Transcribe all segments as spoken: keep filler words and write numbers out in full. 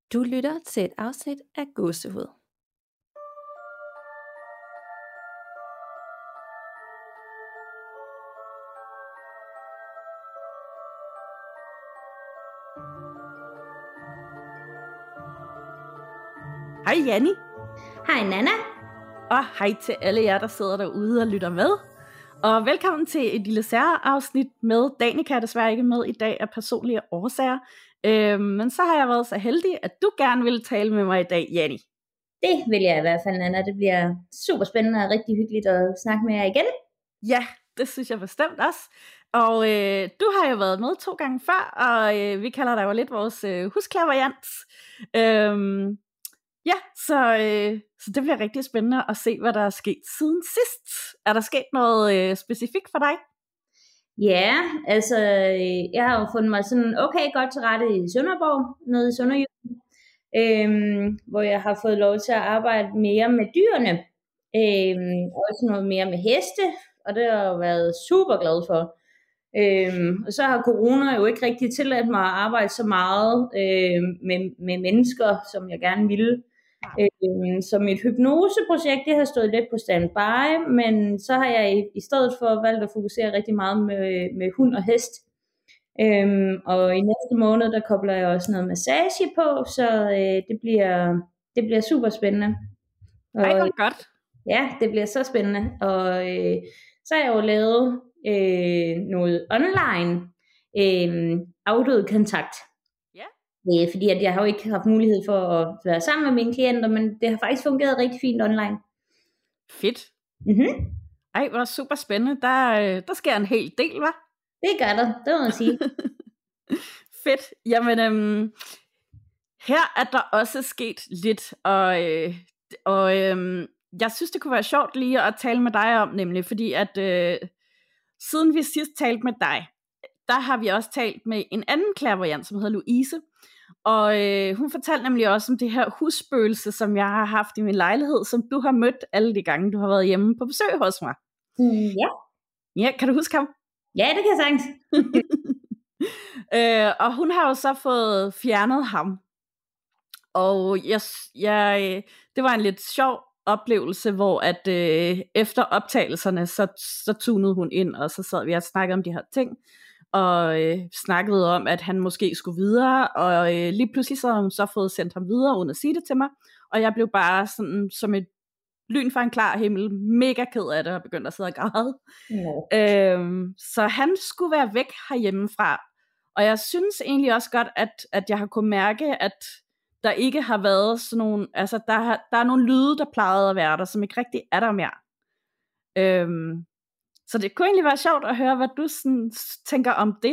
Du lytter til et afsnit af Gåsehud. Hej Janni. Hej Nana. Og hej til alle jer, der sidder derude og lytter med. Og velkommen til et lille særafsnit med Danica, desværre ikke med i dag af personlige årsager. Øhm, men så har jeg været så heldig, at du gerne ville tale med mig i dag, Janni. Det vil jeg i hvert fald, Nana. Det bliver super spændende og rigtig hyggeligt at snakke med jer igen. Ja, det synes jeg bestemt også. Og øh, du har jo været med to gange før, og øh, vi kalder dig jo lidt vores øh, husklaverjant. Øhm, ja, så, øh, så det bliver rigtig spændende at se, hvad der er sket siden sidst. Er der sket noget øh, specifikt for dig? Ja, altså jeg har jo fundet mig sådan okay godt til rette i Sønderborg, nede i Sønderjylland, øhm, hvor jeg har fået lov til at arbejde mere med dyrene, øhm, og også noget mere med heste, og det har jeg været super glad for. Øhm, og så har corona jo ikke rigtig tilladt mig at arbejde så meget øh, med, med mennesker, som jeg gerne ville. Øhm, så mit hypnoseprojekt, det har stået lidt på standby, men så har jeg i, i stedet for valgt at fokusere rigtig meget med, med hund og hest. Øhm, og i næste måned, der kobler jeg også noget massage på, så øh, det, bliver, det bliver super spændende. Og, Ej, hvor godt. Ja, det bliver så spændende. Og øh, så har jeg jo lavet øh, noget online øh, afdød kontakt. Ja, fordi at jeg har jo ikke haft mulighed for at være sammen med mine klienter, men det har faktisk fungeret rigtig fint online. Fedt. Mm-hmm. Ej, hvor super spændende. Der, der sker en hel del, hva'? Det gør der, det må jeg sige. Fedt. Jamen, øhm, her er der også sket lidt, og, øh, og øh, jeg synes, det kunne være sjovt lige at tale med dig om, nemlig, fordi at øh, siden vi sidst talte med dig, der har vi også talt med en anden clairvoyant, som hedder Louise, og øh, hun fortalte nemlig også om det her husspøgelse, som jeg har haft i min lejlighed, som du har mødt alle de gange, du har været hjemme på besøg hos mig. Mm, ja. Ja, kan du huske ham? Ja, det kan jeg sagtens. øh, og hun har jo så fået fjernet ham. Og jeg, jeg, det var en lidt sjov oplevelse, hvor at øh, efter optagelserne, så, så tunede hun ind, og så sad vi og snakkede om de her ting, og øh, snakkede om, at han måske skulle videre, og øh, lige pludselig så har hun så fået sendt ham videre, uden at sige det til mig, og jeg blev bare sådan, som et lyn fra en klar himmel, mega ked af det, og begyndte at sidde og græde. No. Øhm, så han skulle være væk herhjemmefra, og jeg synes egentlig også godt, at, at jeg har kunnet mærke, at der ikke har været sådan nogle, altså der, har, der er nogle lyde, der plejede at være der, som ikke rigtig er der mere. Øhm, så det kunne egentlig være sjovt at høre, hvad du sådan tænker om det.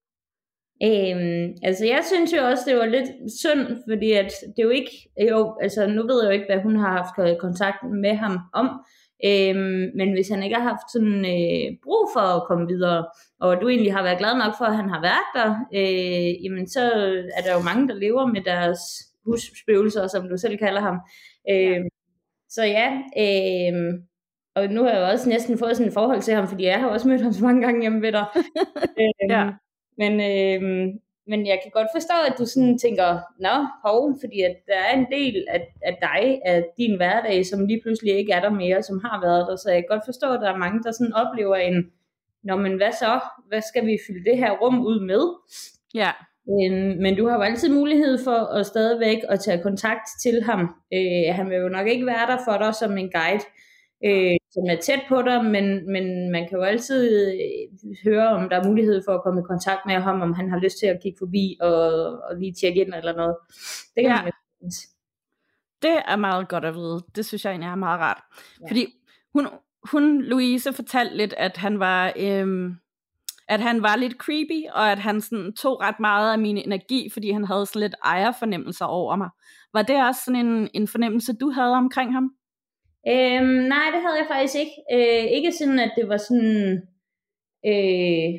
Øhm, altså jeg synes jo også, det var lidt synd, fordi at det jo ikke, jo, altså nu ved jeg jo ikke, hvad hun har haft kontakt med ham om, øhm, men hvis han ikke har haft sådan øh, brug for at komme videre, og du egentlig har været glad nok for, at han har været der, øh, jamen så er der jo mange, der lever med deres husspøgelser, som du selv kalder ham. Øhm, så ja, øh, og nu har jeg jo også næsten fået sådan et forhold til ham, fordi jeg har også mødt ham så mange gange hjemme ved dig. øhm, ja. Men, øh, men jeg kan godt forstå, at du sådan tænker, nå, hov, fordi at der er en del af, af dig, af din hverdag, som lige pludselig ikke er der mere, som har været der. Så jeg kan godt forstå, at der er mange, der sådan oplever en, nå, men hvad så? Hvad skal vi fylde det her rum ud med? Ja. Øh, men du har jo altid mulighed for at stadigvæk at tage kontakt til ham. Øh, han vil jo nok ikke være der for dig som en guide, Øh, som er tæt på dig, men, men man kan jo altid øh, høre, om der er mulighed for at komme i kontakt med ham, om han har lyst til at kigge forbi og, og lige tjekke ind eller noget. Det kan ja. man jo. Det er meget godt at vide. Det synes jeg egentlig er meget rart. Ja. Fordi hun, hun, Louise, fortalte lidt, at han var øhm, at han var lidt creepy, og at han sådan tog ret meget af min energi, fordi han havde sådan lidt ejerfornemmelser over mig. Var det også sådan en, en fornemmelse, du havde omkring ham? Øhm, nej, det havde jeg faktisk ikke. Øh, ikke sådan, at det var sådan... Øh,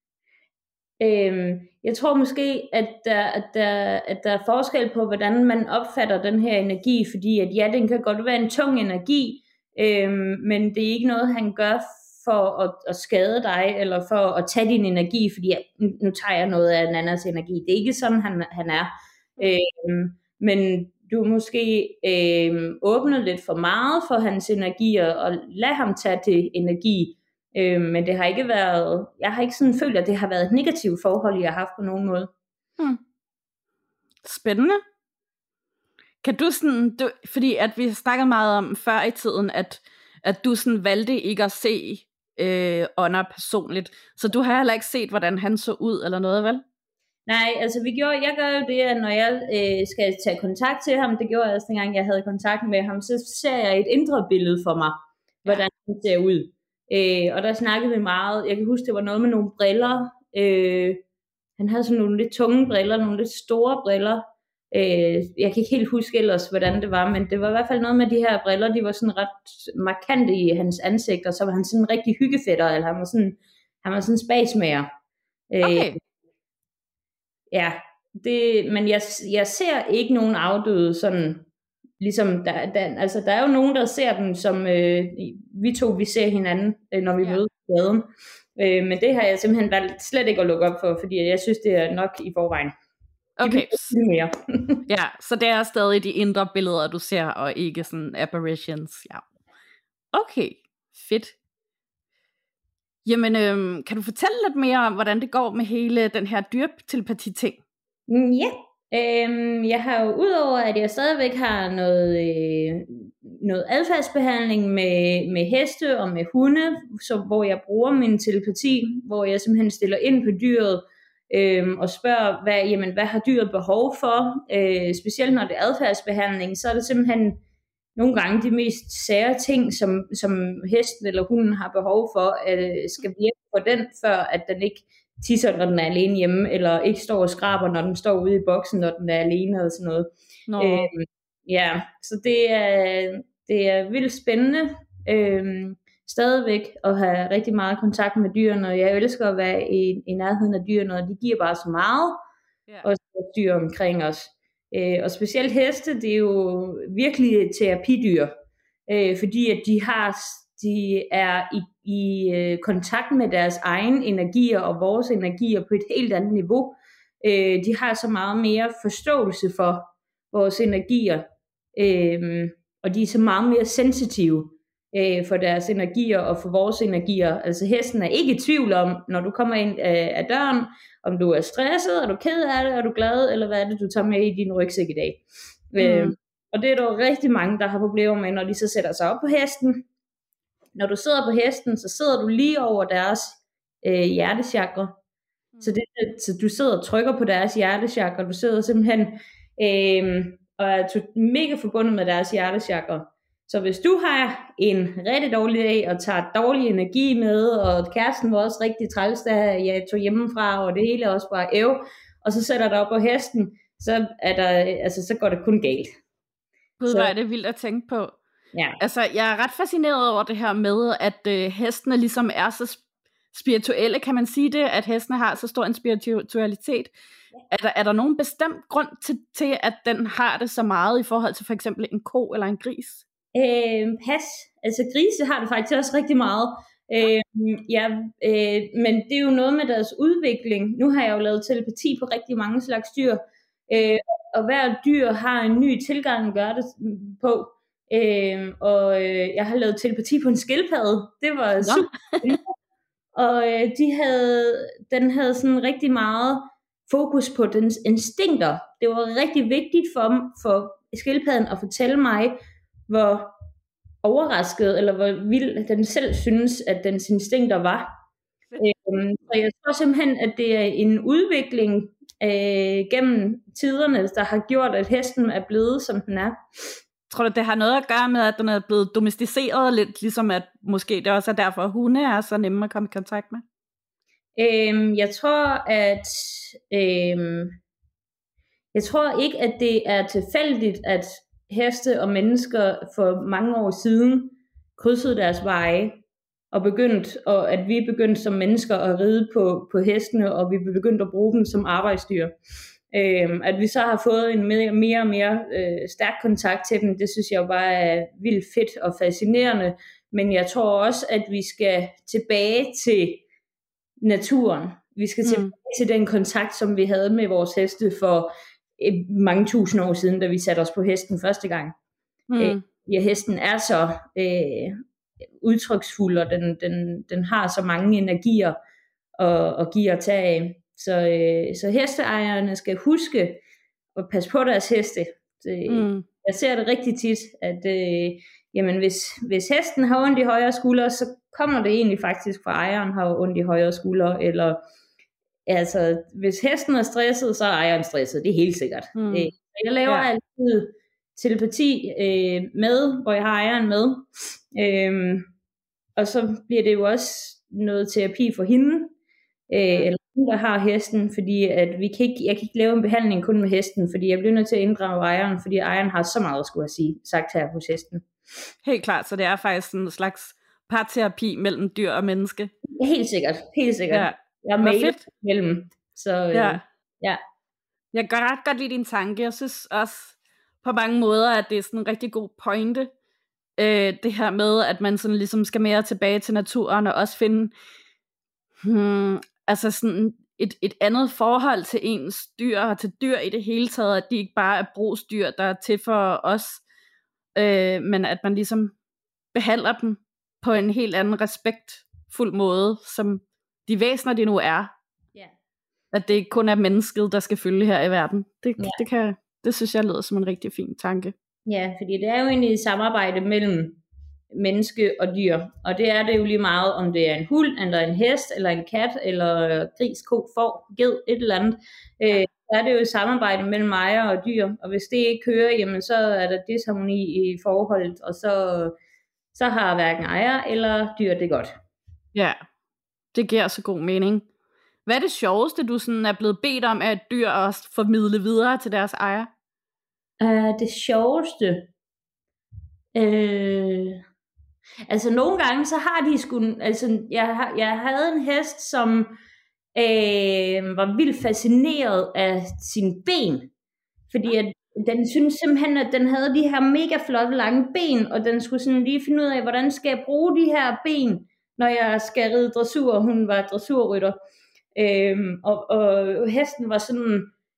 øh, jeg tror måske, at der, at, der, at der er forskel på, hvordan man opfatter den her energi, fordi at ja, den kan godt være en tung energi, øh, men det er ikke noget, han gør for at, at skade dig, eller for at tage din energi, fordi ja, nu tager jeg noget af en andens energi. Det er ikke sådan, han, han er. Øh, men du måske øh, åbner lidt for meget for hans energier, og lad ham tage det energi. Øh, men det har ikke været, jeg har ikke sådan følt, at det har været et negativt forhold, jeg har haft på nogen måde. Hmm. Spændende. Kan du sådan, du, fordi at vi snakkede meget om før i tiden, at, at du sådan valgte ikke at se øh, Honor personligt, så du har heller ikke set, hvordan han så ud eller noget, vel? Nej, altså vi gjorde, jeg gør jo det, at når jeg øh, skal tage kontakt til ham, det gjorde jeg også dengang, jeg havde kontakt med ham, så ser jeg et indre billede for mig, hvordan han ser ud. Øh, og der snakkede vi meget, jeg kan huske, det var noget med nogle briller, øh, han havde sådan nogle lidt tunge briller, nogle lidt store briller, øh, jeg kan ikke helt huske ellers, hvordan det var, men det var i hvert fald noget med de her briller, de var sådan ret markante i hans ansigt, og så var han sådan en rigtig hyggefætter, eller han var sådan, han var sådan en spasmager. Øh, okay. Ja, det, men jeg, jeg ser ikke nogen afdøde sådan, ligesom, der, der, altså der er jo nogen, der ser dem som, øh, vi to, vi ser hinanden, øh, når vi ja. mødes på gaden, øh, men det har jeg simpelthen valgt slet ikke at lukke op for, fordi jeg synes, det er nok i forvejen. Okay, mere. Ja, så det er stadig de indre billeder, du ser, og ikke sådan apparitions, ja. Okay, fedt. Jamen, øhm, kan du fortælle lidt mere om, hvordan det går med hele den her dyrtelepati-ting? Ja, øhm, jeg har jo udover, at jeg stadigvæk har noget, øh, noget adfærdsbehandling med, med heste og med hunde, så, hvor jeg bruger min telepati, hvor jeg simpelthen stiller ind på dyret øh, og spørger, hvad, jamen, hvad har dyret behov for? Øh, specielt når det er adfærdsbehandling, så er det simpelthen nogle gange de mest sære ting, som, som hesten eller hunden har behov for, øh, skal virke for den, før at den ikke tisser, når den er alene hjemme, eller ikke står og skraber, når den står ude i boksen, når den er alene, og sådan noget. Øh, ja, så det er, det er vildt spændende, øh, stadigvæk at have rigtig meget kontakt med dyrene, og jeg elsker at være i, i nærheden af dyrene, og de giver bare så meget, yeah. og så dyr omkring os. Øh, og specielt heste, det er jo virkelig terapidyr, øh, fordi at de har, de er i, i øh, kontakt med deres egen energier og vores energier på et helt andet niveau. Øh, de har så meget mere forståelse for vores energier, øh, og de er så meget mere sensitive øh, for deres energier og for vores energier. Altså hesten er ikke i tvivl om, når du kommer ind øh, af døren, om du er stresset, er du ked af det, er du glad, eller hvad er det, du tager med i din rygsæk i dag. Mm. Øh, og det er der rigtig mange, der har problemer med, når de så sætter sig op på hesten. Når du sidder på hesten, så sidder du lige over deres øh, hjertechakra. Mm. Så, det, så du sidder og trykker på deres hjertechakra, du sidder simpelthen øh, og er mega forbundet med deres hjertechakra. Så hvis du har en rigtig dårlig dag, og tager dårlig energi med, og kæresten var også rigtig træls, da jeg tog hjemmefra, og det hele også bare æv, og så sætter dig op på hesten, så, er der, altså, så går det kun galt. Gud, hvor er det vildt at tænke på. Ja. Altså, jeg er ret fascineret over det her med, at øh, hestene ligesom er så spirituelle, kan man sige det, at hestene har så stor en spiritualitet. Ja. Er der, er der nogen bestemt grund til, til, at den har det så meget i forhold til for eksempel en ko eller en gris? Øh, pas. Altså grise har det faktisk også rigtig meget. Øh, ja, øh, men det er jo noget med deres udvikling. Nu har jeg jo lavet telepati på rigtig mange slags dyr. Øh, og hver dyr har en ny tilgang at gøre det på. Øh, og øh, jeg har lavet telepati på en skildpadde. Det var super. Og øh, de havde, den havde sådan rigtig meget fokus på dens instinkter. Det var rigtig vigtigt for, for skildpadden at fortælle mig, hvor overrasket, eller hvor vild den selv synes, at dens instinkter var. Øhm, så jeg tror simpelthen, at det er en udvikling øh, gennem tiderne, der har gjort, at hesten er blevet, som den er. Tror du, det har noget at gøre med, at den er blevet domesticeret lidt, ligesom at måske det også er derfor, at hunde er så nemme at komme i kontakt med? Øhm, jeg tror, at øhm, jeg tror ikke, at det er tilfældigt, at heste og mennesker for mange år siden krydsede deres veje og begyndt, og at vi begyndte som mennesker at ride på, på hestene, og vi begyndte at bruge dem som arbejdsdyr. Øhm, at vi så har fået en mere, mere og mere øh, stærk kontakt til dem, det synes jeg jo bare er vildt fedt og fascinerende, men jeg tror også, at vi skal tilbage til naturen. Vi skal tilbage mm. til den kontakt, som vi havde med vores heste for mange tusind år siden, da vi satte os på hesten første gang. Mm. Øh, ja, hesten er så øh, udtryksfuld, og den, den, den har så mange energier og, og give og tage af. Så, øh, så hesteejerne skal huske at passe på deres heste. Det, mm. Jeg ser det rigtig tit, at øh, jamen, hvis, hvis hesten har ondt i højre skulder, så kommer det egentlig faktisk fra ejeren har ondt i højre skulder, eller altså, hvis hesten er stresset, så er ejeren stresset, det er helt sikkert. Mm. Øh, jeg laver ja. altid telepati øh, med, hvor jeg har ejeren med, øh, og så bliver det jo også noget terapi for hende, øh, eller hun, der har hesten, fordi at vi kan ikke, jeg kan ikke lave en behandling kun med hesten, fordi jeg bliver nødt til at inddrage ejeren, fordi ejeren har så meget at skulle have sige, sagt her hos hesten. Helt klart, så det er faktisk en slags parterapi mellem dyr og menneske. Helt sikkert, helt sikkert. Ja. Jeg er med mellem. Så øh, ja. ja. Jeg kan ret godt lide din tanke. Jeg synes også på mange måder, at det er sådan en rigtig god pointe. Øh, det her med, at man sådan ligesom skal mere tilbage til naturen, og også finde hmm, altså sådan et, et andet forhold til ens dyr, og til dyr i det hele taget, at de ikke bare er brugsdyr, der er til for os, øh, men at man ligesom behandler dem på en helt anden respektfuld måde, som de væsener, de nu er. Yeah. At det ikke kun er mennesket, der skal følge her i verden. Det, yeah. det, kan, det synes jeg lyder som en rigtig fin tanke. Ja, fordi det er jo egentlig et samarbejde mellem menneske og dyr. Og det er det jo lige meget, om det er en hund, eller en hest, eller en kat, eller gris, ko, får, ged, et eller andet. Øh, så er det jo et samarbejde mellem ejer og dyr. Og hvis det ikke kører, jamen så er der disharmoni i forholdet, og så, så har hverken ejer eller dyr det godt. Ja, det giver så god mening. Hvad er det sjoveste, du sådan er blevet bedt om af et dyr at formidle videre til deres ejer? Uh, det sjoveste? Uh, altså nogle gange, så har de sgu... Altså, jeg, jeg havde en hest, som uh, var vildt fascineret af sine ben. Fordi at den synes simpelthen, at den havde de her mega flotte lange ben, og den skulle sådan lige finde ud af, hvordan skal jeg bruge de her ben, når jeg skal ride dressur. Hun var dressurrytter. Øhm, og, og hesten var sådan,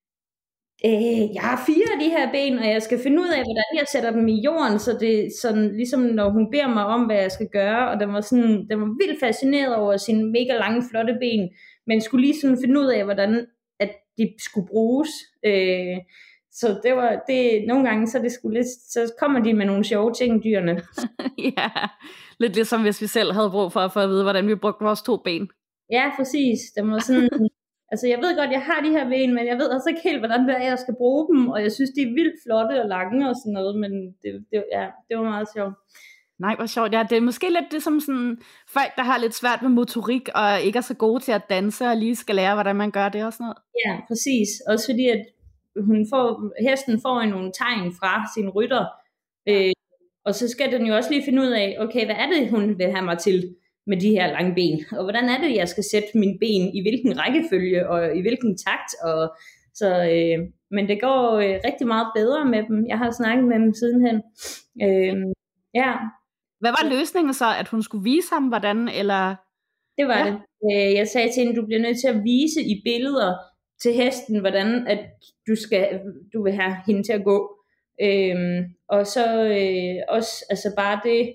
øh, jeg har fire af de her ben, og jeg skal finde ud af, hvordan jeg sætter dem i jorden, så det er sådan, ligesom når hun beder mig om, hvad jeg skal gøre, og den var sådan, den var vildt fascineret over sine mega lange, flotte ben, men skulle lige sådan finde ud af, hvordan at de skulle bruges. Øh, så det var, det, nogle gange, så, det skulle lidt, så kommer de med nogle sjove ting, dyrene. Ja, lidt ligesom hvis vi selv havde brug for at få at vide, hvordan vi brugte vores to ben. Ja, præcis. Det var sådan, altså jeg ved godt, jeg har de her ben, men jeg ved altså ikke helt, hvordan det er, jeg skal bruge dem, og jeg synes, de er vildt flotte og lange og sådan noget, men det, det, ja, det var meget sjovt. Nej, hvor sjovt. Ja, det er måske lidt det som sådan folk, der har lidt svært med motorik, og ikke er så gode til at danse, og lige skal lære, hvordan man gør det og sådan noget. Ja, præcis. Også fordi, at hun får, hesten får nogle tegn fra sin rytter, øh, og så skal den jo også lige finde ud af, okay, hvad er det, hun vil have mig til med de her lange ben, og hvordan er det, jeg skal sætte mine ben, i hvilken rækkefølge, og i hvilken takt, og så, øh, men det går øh, rigtig meget bedre med dem. Jeg har snakket med dem sidenhen. Øh, ja. Hvad var løsningen så, at hun skulle vise ham, hvordan, eller? Det var ja. det. Øh, jeg sagde til hende, du bliver nødt til at vise i billeder til hesten, hvordan at du, skal, du vil have hende til at gå. Øh, og så øh, også, altså bare det,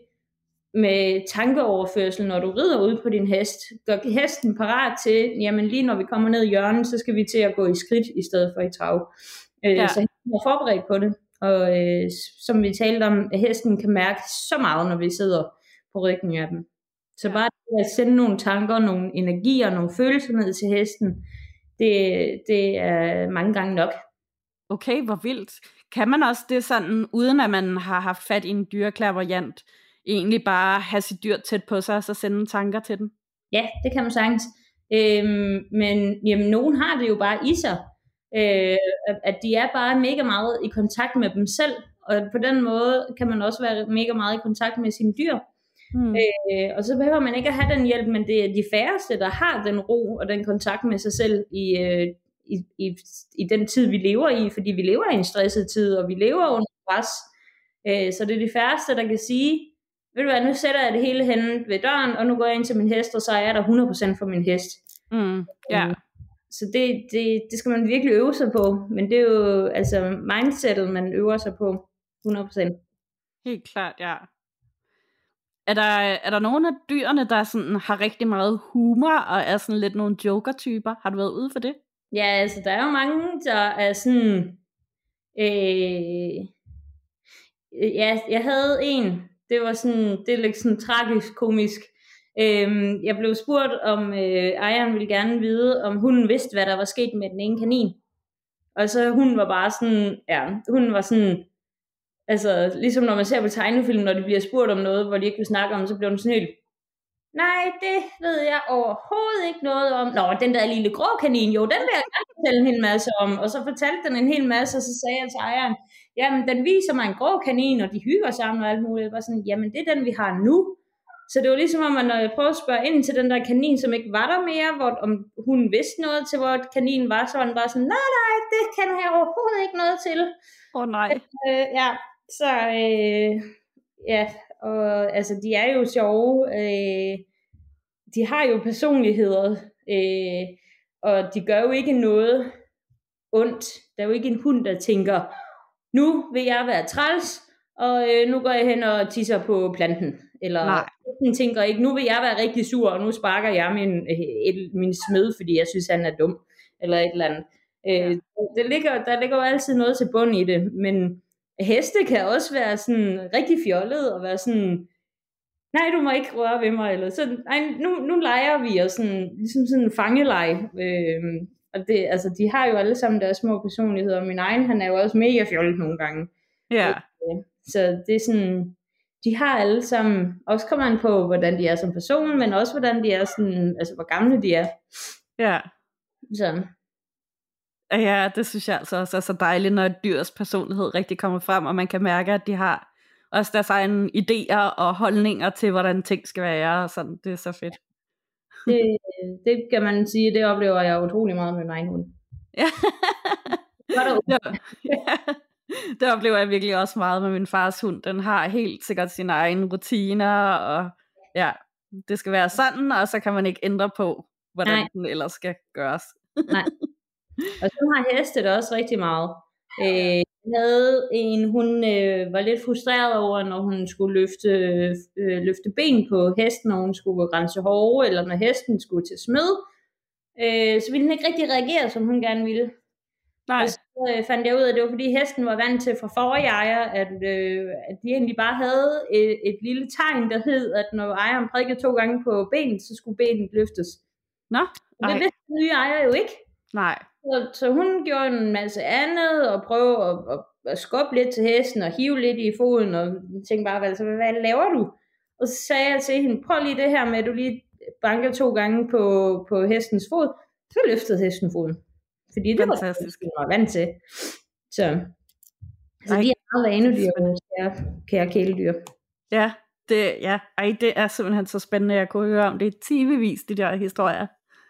med tankeoverførsel, når du rider ud på din hest, gør hesten parat til, jamen lige når vi kommer ned i hjørnet, så skal vi til at gå i skridt i stedet for i trav. Øh, ja. Så hesten er forberedt på det, og øh, som vi talte om, at hesten kan mærke så meget, når vi sidder på ryggen af dem. Så ja. Bare at sende nogle tanker, nogle energier, nogle følelser ned til hesten, det, det er mange gange nok. Okay, hvor vildt. Kan man også det sådan, uden at man har haft fat i en dyreklærvoyant, egentlig bare have sit dyr tæt på sig, og så sende tanker til den? Ja, det kan man sagtens. Øhm, men jamen, nogen har det jo bare i sig, øh, at de er bare mega meget i kontakt med dem selv, og på den måde kan man også være mega meget i kontakt med sine dyr. Mm. Øh, og så behøver man ikke at have den hjælp, men det er de færreste, der har den ro og den kontakt med sig selv i, øh, i, i, i den tid, vi lever i, fordi vi lever i en stresset tid, og vi lever under pres. Øh, så det er de færreste, der kan sige, ved du hvad, nu sætter jeg det hele hen ved døren, og nu går jeg ind til min hest, og så er jeg der hundrede procent for min hest. Mm, yeah. så det, det, det skal man virkelig øve sig på, men det er jo altså mindsetet, man øver sig på hundrede procent. Helt klart, ja. Er der, er der nogle af dyrene, der sådan har rigtig meget humor, og er sådan lidt nogle joker-typer? Har du været ude for det? Ja, altså der er jo mange, der er sådan, øh, ja, jeg havde en, det var sådan, det er lidt sådan tragisk komisk. Øhm, jeg blev spurgt, om øh, ejeren ville gerne vide, om hunden vidste, hvad der var sket med den ene kanin. Og så hun var bare sådan, ja, hun var sådan, altså ligesom når man ser på tegnefilm, når de bliver spurgt om noget, hvor de ikke vil snakke om, så bliver hun sådan helt, nej, det ved jeg overhovedet ikke noget om. Nå, den der lille grå kanin, jo, den vil jeg gerne fortælle en hel masse om. Og så fortalte den en hel masse, og så sagde jeg til ejeren, jamen den viser mig en grå kanin, og de hygger sammen og alt muligt. Jeg var sådan, jamen det er den, vi har nu. Så det var ligesom om, at når jeg prøvede at spørge ind til den der kanin, som ikke var der mere, hvor om hun vidste noget til, hvor kaninen var, så var den bare sådan, nej, nej, det kender jeg overhovedet ikke noget til. Åh oh, nej. Øh, ja, så øh, ja, og altså de er jo sjove, øh, de har jo personligheder, øh, og de gør jo ikke noget ondt. Der er jo ikke en hund, der tænker, nu vil jeg være træls, og øh, nu går jeg hen og tisser på planten. Eller den tænker ikke, nu vil jeg være rigtig sur, og nu sparker jeg min, et, min smed, fordi jeg synes, han er dum. Eller et eller andet. Øh, det ligger, der ligger jo altid noget til bund i det, men heste kan også være sådan rigtig fjollet, og være sådan, nej, du må ikke røre ved mig, eller sådan, nej, nu, nu leger vi, og sådan, ligesom sådan en fangeleg. Øh, og det, altså, de har jo alle sammen deres små personligheder, og min egen, han er jo også mega fjollet nogle gange. Ja. Øh, så det er sådan, de har alle sammen, også kommer an på, hvordan de er som person, men også hvordan de er sådan, altså hvor gamle de er. Ja. Så. Ja, det synes jeg altså også er så dejligt, når et dyrs personlighed rigtig kommer frem, og man kan mærke, at de har også deres egne idéer og holdninger til, hvordan ting skal være, og sådan. Det er så fedt. Det, det kan man sige, det oplever jeg utrolig meget med min egen hund. Ja. Ja. Det oplever jeg virkelig også meget med min fars hund. Den har helt sikkert sine egne rutiner, og ja, det skal være sådan, og så kan man ikke ændre på, hvordan Nej. den ellers skal gøres. Nej. Og så har heste det også rigtig meget. Øh, jeg havde en, hun øh, var lidt frustreret over, når hun skulle løfte, øh, løfte ben på hesten, når hun skulle rense hove, eller når hesten skulle til smed. Øh, så ville den ikke rigtig reagere, som hun gerne ville. Nej. Og så øh, fandt jeg ud af, at det var fordi hesten var vant til fra forrige ejer, at, øh, at de egentlig bare havde et, et lille tegn, der hed, at når ejeren prikkede to gange på benet, så skulle benet løftes. Nå, og det vidste den nye ejer jo ikke. Nej. Så, så hun gjorde en masse andet, og prøvede at, at, at skubbe lidt til hesten, og hive lidt i foden, og tænkte bare, altså, hvad laver du? Og så sagde jeg til hende, prøv lige det her med, at du lige banker to gange på, på hestens fod, så løftede hesten foden. Fordi det fantastisk. var det, var vant til. Så, så de er meget vanedyr, kære, kære kæledyr. Ja, det, ja. Ej, det er simpelthen så spændende, jeg kunne høre om det timevis, de der historier.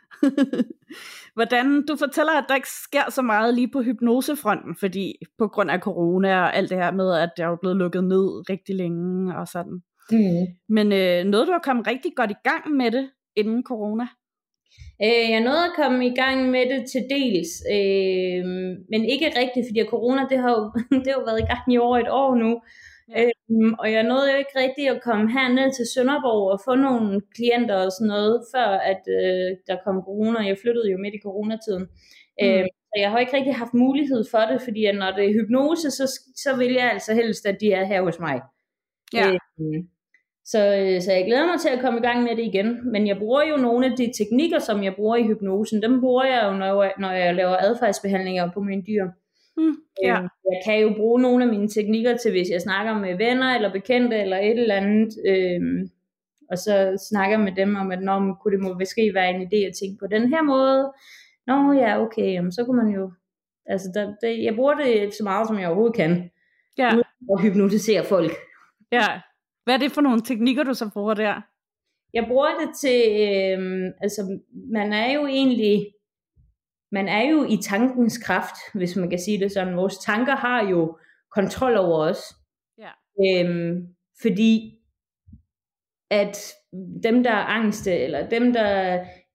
Hvordan, du fortæller, at der ikke sker så meget lige på hypnosefronten, fordi på grund af corona og alt det her med, at det er jo blevet lukket ned rigtig længe og sådan. Mm. Men øh, nåede du at komme rigtig godt i gang med det inden corona? Øh, jeg nåede at komme i gang med det til dels, øh, men ikke rigtigt, fordi corona, det har, jo, det har jo været i gang i over et år nu. Ja. Øhm, og jeg nåede jo ikke rigtig at komme herned til Sønderborg og få nogle klienter og sådan noget, før at øh, der kom corona. Jeg flyttede jo midt i coronatiden. Mm. Øhm, så jeg har ikke rigtig haft mulighed for det, fordi at når det er hypnose, så, så vil jeg altså helst, at de er her hos mig. Ja. Øhm, så, så jeg glæder mig til at komme i gang med det igen. Men jeg bruger jo nogle af de teknikker, som jeg bruger i hypnosen, dem bruger jeg jo, når jeg, når jeg laver adfærdsbehandlinger på mine dyr. Mm, ja. Jeg kan jo bruge nogle af mine teknikker til, hvis jeg snakker med venner eller bekendte eller et eller andet, øhm, og så snakker med dem om, at nå, kunne det måske være en idé at tænke på den her måde. Nå ja, okay, jamen, så kunne man jo, altså der, det, jeg bruger det så meget, som jeg overhovedet kan, ja. uden at hypnotisere folk. Ja, hvad er det for nogle teknikker, du så bruger der? Jeg bruger det til, øhm, altså man er jo egentlig, man er jo i tankens kraft, hvis man kan sige det sådan. Vores tanker har jo kontrol over os. Ja. Øhm, fordi at dem, der er angste, eller dem, der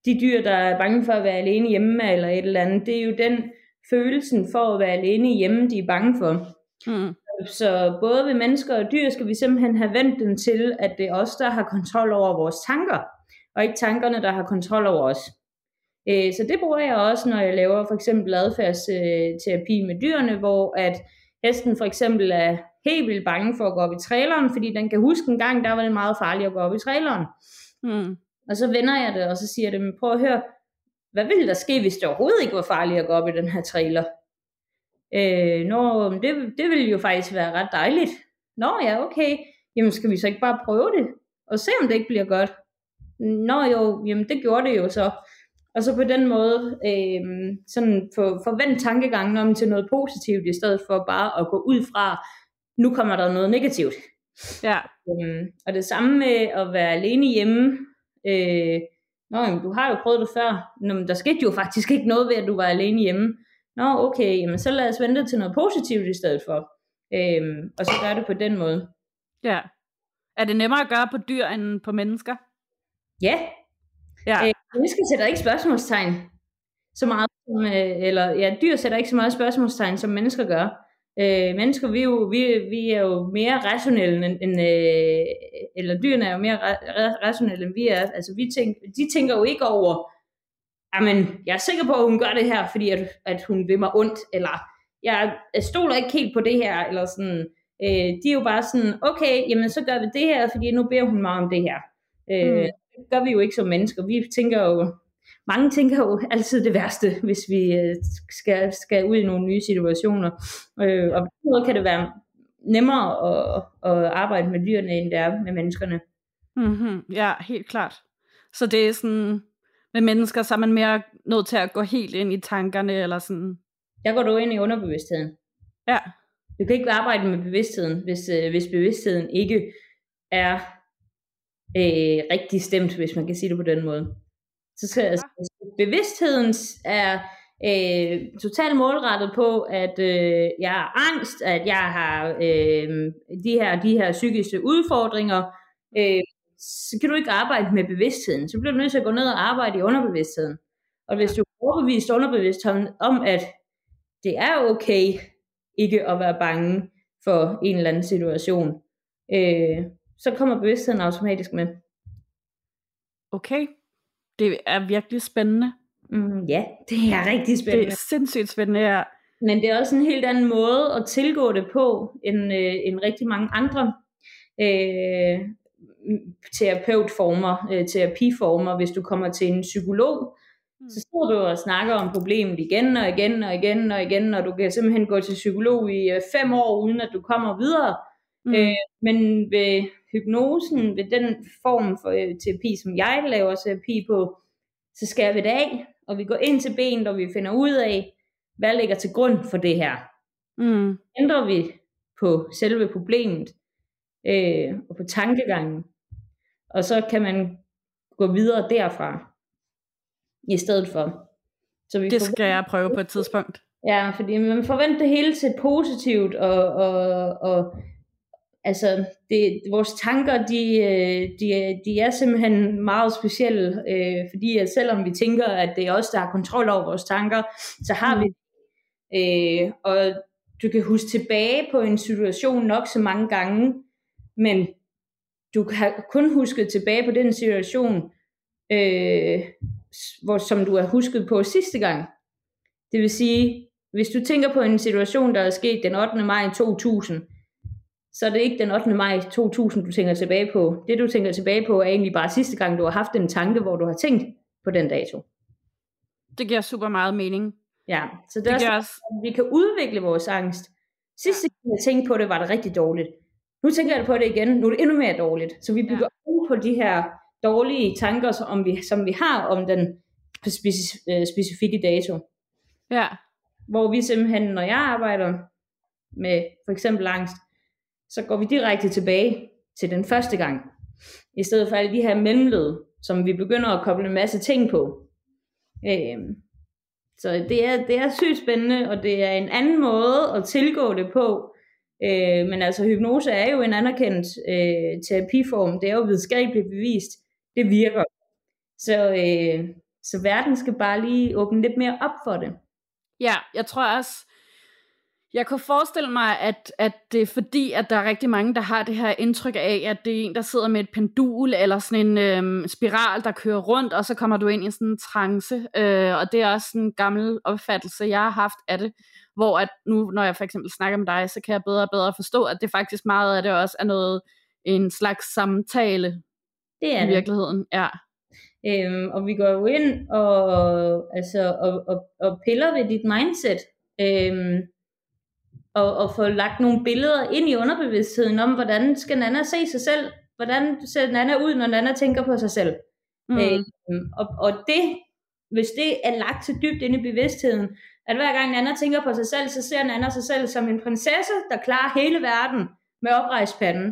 de dyr, der er bange for at være alene hjemme eller et eller andet, det er jo den følelsen for at være alene hjemme, de er bange for. Mm. Så både ved mennesker og dyr skal vi simpelthen have vendt dem til, at det er os, der har kontrol over vores tanker, og ikke tankerne, der har kontrol over os. Så det bruger jeg også, når jeg laver for eksempel adfærdsterapi med dyrene, hvor at hesten for eksempel er helt vildt bange for at gå op i traileren, fordi den kan huske en gang, der var det meget farligt at gå op i traileren. Mm. Og så vender jeg det, og så siger jeg dem, prøv at høre, hvad ville der ske, hvis det overhovedet ikke var farligt at gå op i den her trailer? Øh, nå, det, det ville jo faktisk være ret dejligt. Nå ja, okay, jamen skal vi så ikke bare prøve det, og se om det ikke bliver godt? Nå jo, jamen det gjorde det jo så. Og så på den måde, øh, sådan få forvent tankegangen om til noget positivt, i stedet for bare at gå ud fra, nu kommer der noget negativt. Ja. Øh, og det samme med at være alene hjemme. Øh, Nå, jamen, du har jo prøvet det før. Nå, men der skete jo faktisk ikke noget ved, at du var alene hjemme. Nå, okay, jamen så lad os vente til noget positivt i stedet for. Øh, og så gør det på den måde. Ja. Er det nemmere at gøre på dyr end på mennesker? Ja. Ja. Øh, mennesker sætter ikke spørgsmålstegn så meget, som, øh, eller ja, dyr sætter ikke så meget spørgsmålstegn, som mennesker gør. Øh, mennesker, vi er, jo, vi, vi er jo mere rationelle end, end øh, eller dyrene er jo mere ra- rationelle end vi er. Altså vi tænker, de tænker jo ikke over, jamen, jeg er sikker på, at hun gør det her, fordi at, at hun vil mig ondt, eller jeg, jeg stoler ikke helt på det her, eller sådan. Øh, de er jo bare sådan, okay, jamen så gør vi det her, fordi nu beder hun mig om det her. Øh, mm. Det gør vi jo ikke som mennesker. Vi tænker jo, mange tænker jo altid det værste, hvis vi øh, skal, skal ud i nogle nye situationer. Øh, og på den måde kan det være nemmere at, at arbejde med dyrene, end det er med menneskerne. Mm-hmm. Ja, helt klart. Så det er sådan, med mennesker, så er man mere nødt til at gå helt ind i tankerne, eller sådan. Der går du ind i underbevidstheden. Ja. Du kan ikke arbejde med bevidstheden, hvis, øh, hvis bevidstheden ikke er øh, rigtig stemt, hvis man kan sige det på den måde. Så skal, altså, bevidstheden er øh, totalt målrettet på, at øh, jeg har angst, at jeg har øh, de, her, de her psykiske udfordringer. Øh, så kan du ikke arbejde med bevidstheden. Så bliver du nødt til at gå ned og arbejde i underbevidstheden. Og hvis du er overbevist underbevidstheden om, at det er okay ikke at være bange for en eller anden situation, øh, så kommer bevidstheden automatisk med. Okay. Det er virkelig spændende. Mm, ja, det er rigtig spændende. Det er sindssygt spændende, ja. Men det er også en helt anden måde at tilgå det på, end, øh, end rigtig mange andre øh, terapeutformer, øh, terapiformer. Hvis du kommer til en psykolog, mm. så står du og snakker om problemet igen og igen og igen og igen, og du kan simpelthen gå til psykolog i øh, fem år, uden at du kommer videre. Mm. Øh, men ved hypnosen, ved den form for øh, terapi, som jeg laver terapi på, så skærer vi det af, og vi går ind til benet, og vi finder ud af, hvad ligger til grund for det her. Mm. Ændrer vi på selve problemet, øh, og på tankegangen, og så kan man gå videre derfra, i stedet for. Så vi det skal forventer, jeg prøve på et tidspunkt. Ja, fordi man forventer det hele til positivt, og, og, og altså, det, vores tanker, de, de, de er simpelthen meget specielle, øh, fordi at selvom vi tænker, at det er os, der har kontrol over vores tanker, så har mm. vi øh, og du kan huske tilbage på en situation nok så mange gange, men du kan kun huske tilbage på den situation, øh, hvor, som du har husket på sidste gang. Det vil sige, hvis du tænker på en situation, der er sket den ottende maj to tusind, så er det ikke den ottende maj to tusind, du tænker tilbage på. Det, du tænker tilbage på, er egentlig bare sidste gang, du har haft en tanke, hvor du har tænkt på den dato. Det giver super meget mening. Ja, så det, det er også, at vi kan udvikle vores angst. Sidste gang, jeg tænkte på det, var det rigtig dårligt. Nu tænker jeg på det igen, nu er det endnu mere dårligt. Så vi bygger ja. ud på de her dårlige tanker, som vi, som vi har om den speci- specifikke dato. Ja. Hvor vi simpelthen, når jeg arbejder med for eksempel angst, så går vi direkte tilbage til den første gang, i stedet for alle de her mellemled, som vi begynder at koble en masse ting på. Øhm, så det er, det er sygt spændende, og det er en anden måde at tilgå det på. Øh, men altså hypnose er jo en anerkendt øh, terapiform, det er jo videnskabeligt bevist, det virker. Så, øh, Så verden skal bare lige åbne lidt mere op for det. Ja, jeg tror også, jeg kunne forestille mig, at, at det er fordi, at der er rigtig mange, der har det her indtryk af, at det er en, der sidder med et pendul, eller sådan en øhm, spiral, der kører rundt, og så kommer du ind i sådan en trance, øh, og det er også en gammel opfattelse, jeg har haft af det, hvor at nu, når jeg for eksempel snakker med dig, så kan jeg bedre og bedre forstå, at det faktisk meget af det også er noget, en slags samtale det er i det. virkeligheden, ja. Øhm, og vi går jo ind og, altså, og, og, og piller ved dit mindset, øhm, og, og får lagt nogle billeder ind i underbevidstheden om, hvordan skal Nanna se sig selv, hvordan ser Nanna ud, når Nanna tænker på sig selv. Mm. Øhm, og, og det, hvis det er lagt til dybt ind i bevidstheden, at hver gang Nanna tænker på sig selv, så ser Nanna sig selv som en prinsesse, der klarer hele verden med oprejst panden.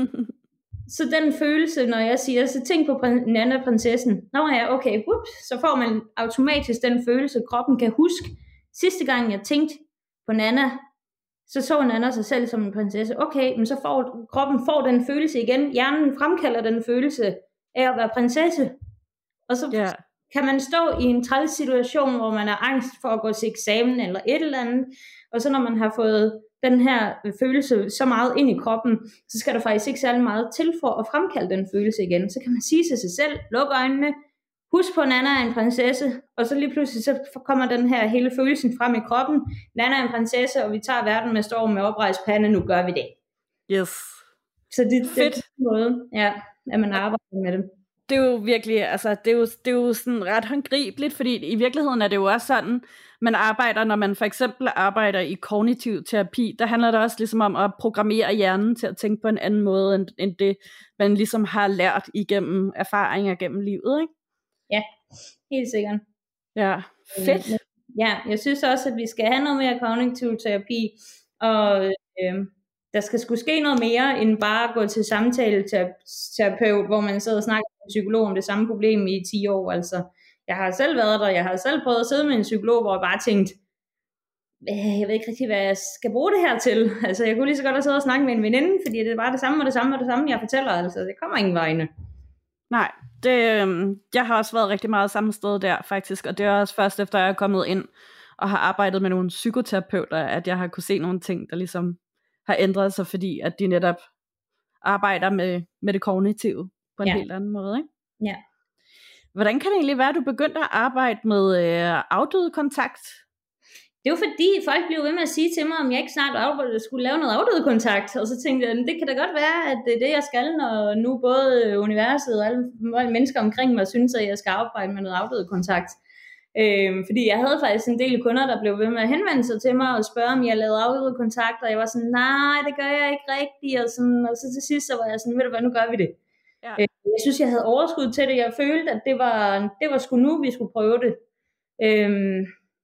Så den følelse, når jeg siger, så tænk på prin- Nanna prinsessen. Nå ja, okay, whoops, så får man automatisk den følelse, kroppen kan huske. Sidste gang jeg tænkte på Nanna, så så Nanna sig selv som en prinsesse. Okay, men så får kroppen får den følelse igen. Hjernen fremkalder den følelse af at være prinsesse. Og så yeah. kan man stå i en træls situation, hvor man er angst for at gå til eksamen eller et eller andet. Og så når man har fået den her følelse så meget ind i kroppen, så skal der faktisk ikke særlig meget til for at fremkalde den følelse igen. Så kan man sige til sig selv, luk øjnene, husk på, at Nanna er en prinsesse, og så lige pludselig så kommer den her hele følelsen frem i kroppen. Nanna er en prinsesse, og vi tager verden med storm med oprejst pande, nu gør vi det. Yes. Så det, det er den måde, ja, at man arbejder med det. Det er jo virkelig, altså det er jo, det er jo sådan ret håndgribeligt, fordi i virkeligheden er det jo også sådan, man arbejder, når man for eksempel arbejder i kognitiv terapi, der handler det også ligesom om at programmere hjernen til at tænke på en anden måde, end, end det, man ligesom har lært igennem erfaringer gennem livet, ikke? Ja, helt sikkert. Ja, fedt. Øh, ja, jeg synes også, at vi skal have noget mere kognitiv terapi, og øh, der skal sgu ske noget mere, end bare at gå til samtaleterapeut, hvor man sidder og snakker med en psykolog om det samme problem i ti år, altså. Jeg har selv været der, jeg har selv prøvet at sidde med en psykolog, hvor jeg bare tænkte, jeg ved ikke rigtig, hvad jeg skal bruge det her til. Altså, jeg kunne lige så godt have siddet og snakket med en veninde, fordi det er bare det samme og det samme og det samme, jeg fortæller, altså. Det kommer ingen vegne. Nej, det, jeg har også været rigtig meget samme sted der, faktisk, og det er også først efter, jeg er kommet ind og har arbejdet med nogle psykoterapeuter, at jeg har kunne se nogle ting, der ligesom har ændret sig, fordi at de netop arbejder med, med det kognitive på en ja. helt anden måde, ikke? Ja. Hvordan kan det egentlig være, at du begyndte at arbejde med øh, afdøde kontakt? Det var fordi, folk blev ved med at sige til mig, om jeg ikke snart skulle lave noget afdøde kontakt. Og så tænkte jeg, det kan da godt være, at det er det, jeg skal, når nu både universet og alle mennesker omkring mig synes, at jeg skal arbejde med noget afdøde kontakt. Øhm, fordi jeg havde faktisk en del kunder, der blev ved med at henvende sig til mig og spørge, om jeg lavede afdøde kontakt. Og jeg var sådan, nej, det gør jeg ikke rigtigt. Og, sådan, og så til sidst så var jeg sådan, ved du hvad, nu gør vi det. Ja. Jeg synes, jeg havde overskud til det. Jeg følte, at det var, det var sgu nu, vi skulle prøve det. Øhm,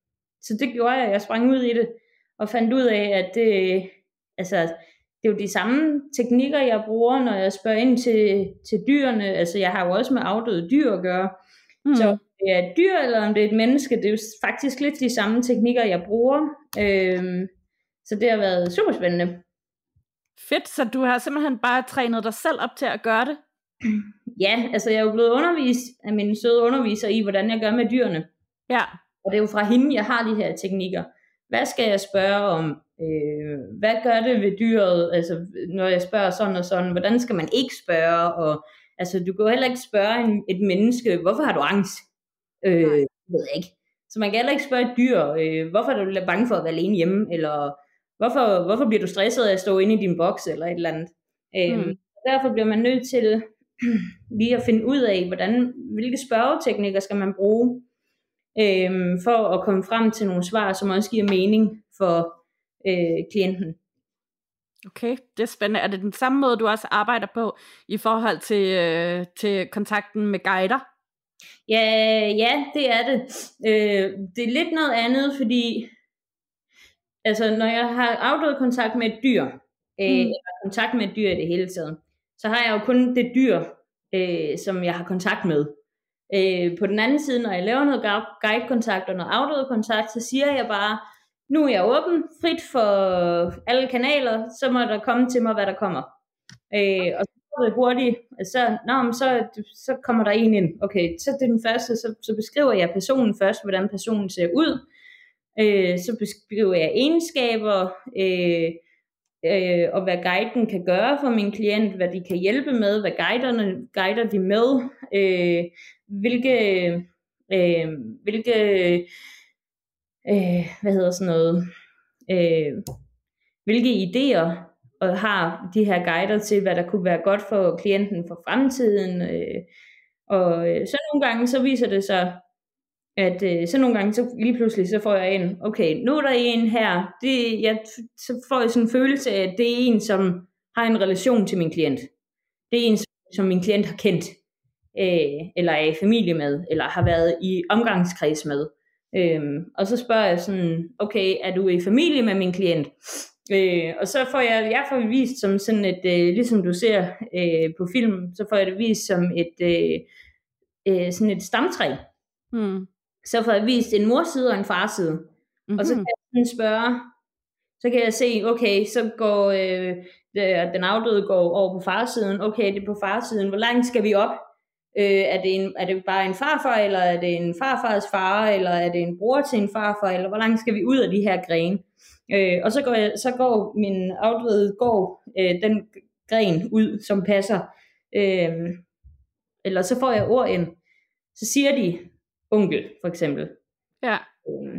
så det gjorde jeg. Jeg sprang ud i det og fandt ud af, at det, altså, det er jo de samme teknikker, jeg bruger, når jeg spørger ind til, til dyrene. Altså, jeg har jo også med afdøde dyr at gøre. Mm. Så om det er et dyr, eller om det er et menneske, det er jo faktisk lidt de samme teknikker, jeg bruger. Øhm, så det har været super spændende. Fedt, så du har simpelthen bare trænet dig selv op til at gøre det? Ja, altså jeg er jo blevet undervist af mine søde underviser i, hvordan jeg gør med dyrene. Ja. Og det er jo fra hende, jeg har de her teknikker. Hvad skal jeg spørge om? Øh, hvad gør det ved dyret? Altså, når jeg spørger sådan og sådan, hvordan skal man ikke spørge? Og, altså, du kan jo heller ikke spørge en, et menneske, hvorfor har du angst? Øh, jeg ved ikke. Så man kan heller ikke spørge et dyr, øh, hvorfor er du bange for at være alene hjemme? Eller hvorfor, hvorfor bliver du stresset af at stå inde i din boks? Eller et eller andet. Øh, mm. Derfor bliver man nødt til lige at finde ud af, hvordan, hvilke spørgeteknikker skal man bruge, øhm, for at komme frem til nogle svar, som også giver mening for øh, klienten. Okay, det er spændende. Er det den samme måde, du også arbejder på i forhold til, øh, til kontakten med guider? Ja, ja, det er det. Øh, det er lidt noget andet, fordi altså, når jeg har afdøde kontakt med et dyr, øh, mm. eller kontakt med et dyr i det hele taget, så har jeg jo kun det dyr, øh, som jeg har kontakt med. Øh, på den anden side, når jeg laver noget guidekontakt og noget afdøde kontakt, så siger jeg bare, nu er jeg åben, frit for alle kanaler, så må der komme til mig, hvad der kommer. Øh, og så går det hurtigt, så, nå, men så, så kommer der en ind. Okay, så det er den første, så, så beskriver jeg personen først, hvordan personen ser ud. Øh, så beskriver jeg egenskaber, øh, øh, og hvad guiden kan gøre for min klient, hvad de kan hjælpe med, hvad guiderne guider de med, øh, hvilke, øh, hvilke øh, hvad hedder sådan noget, øh, hvilke idéer og har de her guider til, hvad der kunne være godt for klienten for fremtiden. Øh, og øh, så nogle gange, så viser det sig, at øh, så nogle gange, så lige pludselig, så får jeg en, okay, nu er der en her, det, jeg, så får jeg sådan en følelse af, at det er en, som har en relation til min klient. Det er en, som min klient har kendt, øh, eller er i familie med, eller har været i omgangskreds med. Øhm, og så spørger jeg sådan, okay, er du i familie med min klient? Øh, og så får jeg, jeg får vist som sådan et, øh, ligesom du ser øh, på film, så får jeg det vist som et, øh, øh, sådan et stamtræ. Mm. Så får jeg vist en morside og en farside. Mm-hmm. Og så kan jeg spørge, så kan jeg se, okay, så går øh, den afdøde går over på farsiden, okay, det er på farsiden, hvor langt skal vi op? Øh, er, det en, er det bare en farfar, eller er det en farfars far, eller er det en bror til en farfar, eller hvor langt skal vi ud af de her grene? Øh, og så går, jeg, så går min afdøde går øh, den gren ud, som passer. Øh, eller så får jeg ord ind. Så siger de onkel, for eksempel. Ja. Øh,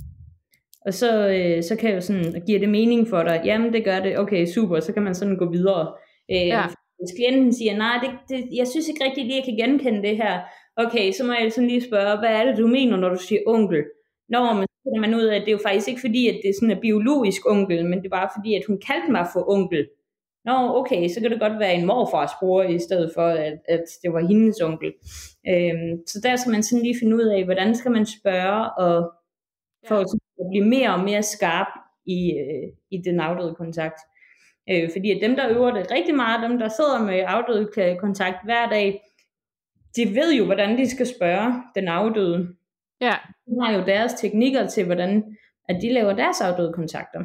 og så, øh, så kan jeg jo sådan, giver det mening for dig? Jamen, det gør det. Okay, super. Så kan man sådan gå videre. Øh, ja. Hvis klienten siger, nej, det, det, jeg synes ikke rigtig lige, jeg kan genkende det her. Okay, så må jeg sådan lige spørge, hvad er det, du mener, når du siger onkel? Når man finder man ud af, at det er jo faktisk ikke fordi, at det er sådan en biologisk onkel, men det er bare fordi, at hun kaldte mig for onkel. Nå, okay, så kan det godt være en morfars bror, i stedet for, at, at det var hendes onkel. Øhm, så der skal man sådan lige finde ud af, hvordan skal man spørge, og for at blive mere og mere skarp i, øh, i den afdøde kontakt. Øh, fordi at dem, der øver det rigtig meget, dem, der sidder med afdøde kontakt hver dag, de ved jo, hvordan de skal spørge den afdøde. Ja. De har jo deres teknikker til, hvordan at de laver deres afdøde kontakter.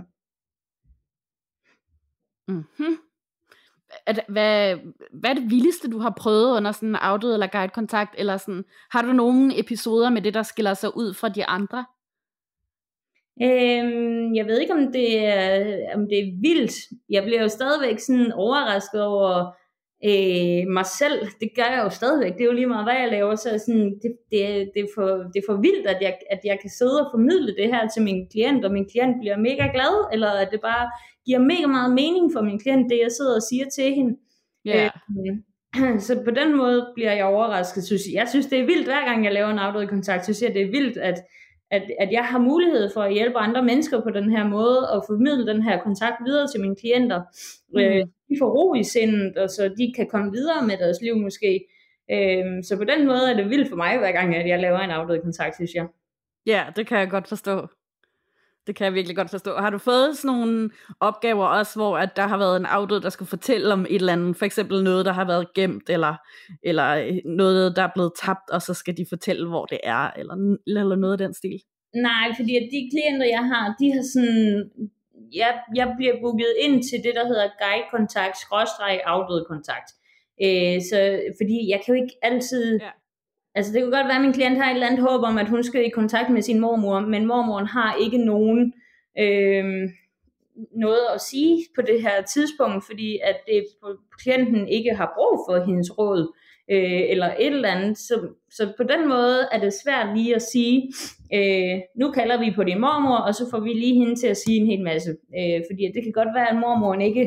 Mm-hmm. Er det, hvad, hvad er det vildeste, du har prøvet under sådan en afdød eller guide-kontakt? Eller sådan, har du nogle episoder med det, der skiller sig ud fra de andre? Øhm, jeg ved ikke, om det, er, om det er vildt. Jeg bliver jo stadigvæk sådan overrasket over øh, mig selv. Det gør jeg jo stadigvæk. Det er jo lige meget, hvad jeg laver. Så sådan, det, det, det, er for, det er for vildt, at jeg, at jeg kan sidde og formidle det her til min klient, og min klient bliver mega glad, eller at det bare giver mega meget mening for min klient, det jeg sidder og siger til hende. Yeah. Øh, så på den måde bliver jeg overrasket. Jeg synes, det er vildt, hver gang jeg laver en afdød kontakt, så synes jeg, det er vildt, at At, at jeg har mulighed for at hjælpe andre mennesker på den her måde, og formidle den her kontakt videre til mine klienter. Mm. Øh, de får ro i sindet, og så de kan komme videre med deres liv måske. Øh, så på den måde er det vildt for mig, hver gang at jeg laver en afdød kontakt, synes jeg. Ja, det kan jeg godt forstå. Det kan jeg virkelig godt forstå. Har du fået sådan nogle opgaver også, hvor at der har været en afdød, der skulle fortælle om et eller andet, for eksempel noget, der har været gemt, eller, eller noget, der er blevet tabt, og så skal de fortælle, hvor det er, eller, eller noget af den stil? Nej, fordi at de klienter, jeg har, de har sådan, jeg, jeg bliver booket ind til det, der hedder guide-kontakt, skråstreg afdød kontakt. Øh, så, fordi jeg kan jo ikke altid... Ja. Altså det kunne godt være, at min klient har et eller andet håb om, at hun skal i kontakt med sin mormor, men mormoren har ikke nogen øh, noget at sige på det her tidspunkt, fordi at det, klienten ikke har brug for hendes råd, øh, eller et eller andet. Så, så på den måde er det svært lige at sige, øh, nu kalder vi på din mormor, og så får vi lige hende til at sige en hel masse. Øh, fordi det kan godt være, at mormoren ikke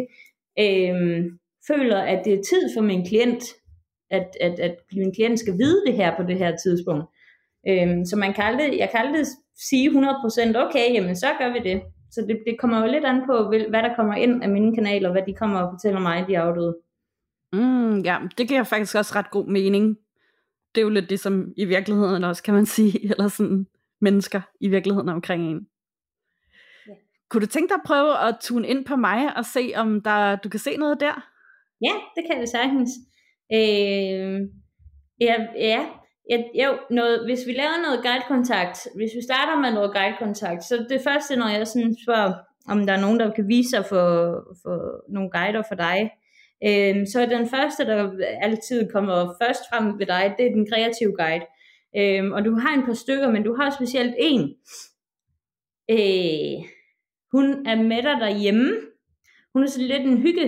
øh, føler, at det er tid for min klient, At, at, at min klient skal vide det her på det her tidspunkt. Øhm, så man kan aldrig, jeg kan aldrig sige hundrede procent, okay, jamen så gør vi det. Så det, det kommer jo lidt an på, hvad der kommer ind af mine kanaler, hvad de kommer og fortæller mig, de afdøde. Mm, ja, det giver faktisk også ret god mening. Det er jo lidt det, som i virkeligheden også, kan man sige, eller sådan mennesker i virkeligheden omkring en. Ja. Kunne du tænke dig at prøve at tune ind på mig og se, om der, du kan se noget der? Ja, det kan jeg sagtens. Øh, ja, ja, ja jo, noget, hvis vi laver noget guide-kontakt, hvis vi starter med noget guide-kontakt, så det første, når jeg sådan spørger, om der er nogen, der kan vise sig for, for nogle guider for dig, Øh, så den første, der altid kommer først frem ved dig, det er den kreative guide. Øh, og du har en par stykker, men du har specielt en. Øh, hun er med dig derhjemme. Hun er sådan lidt en hygge.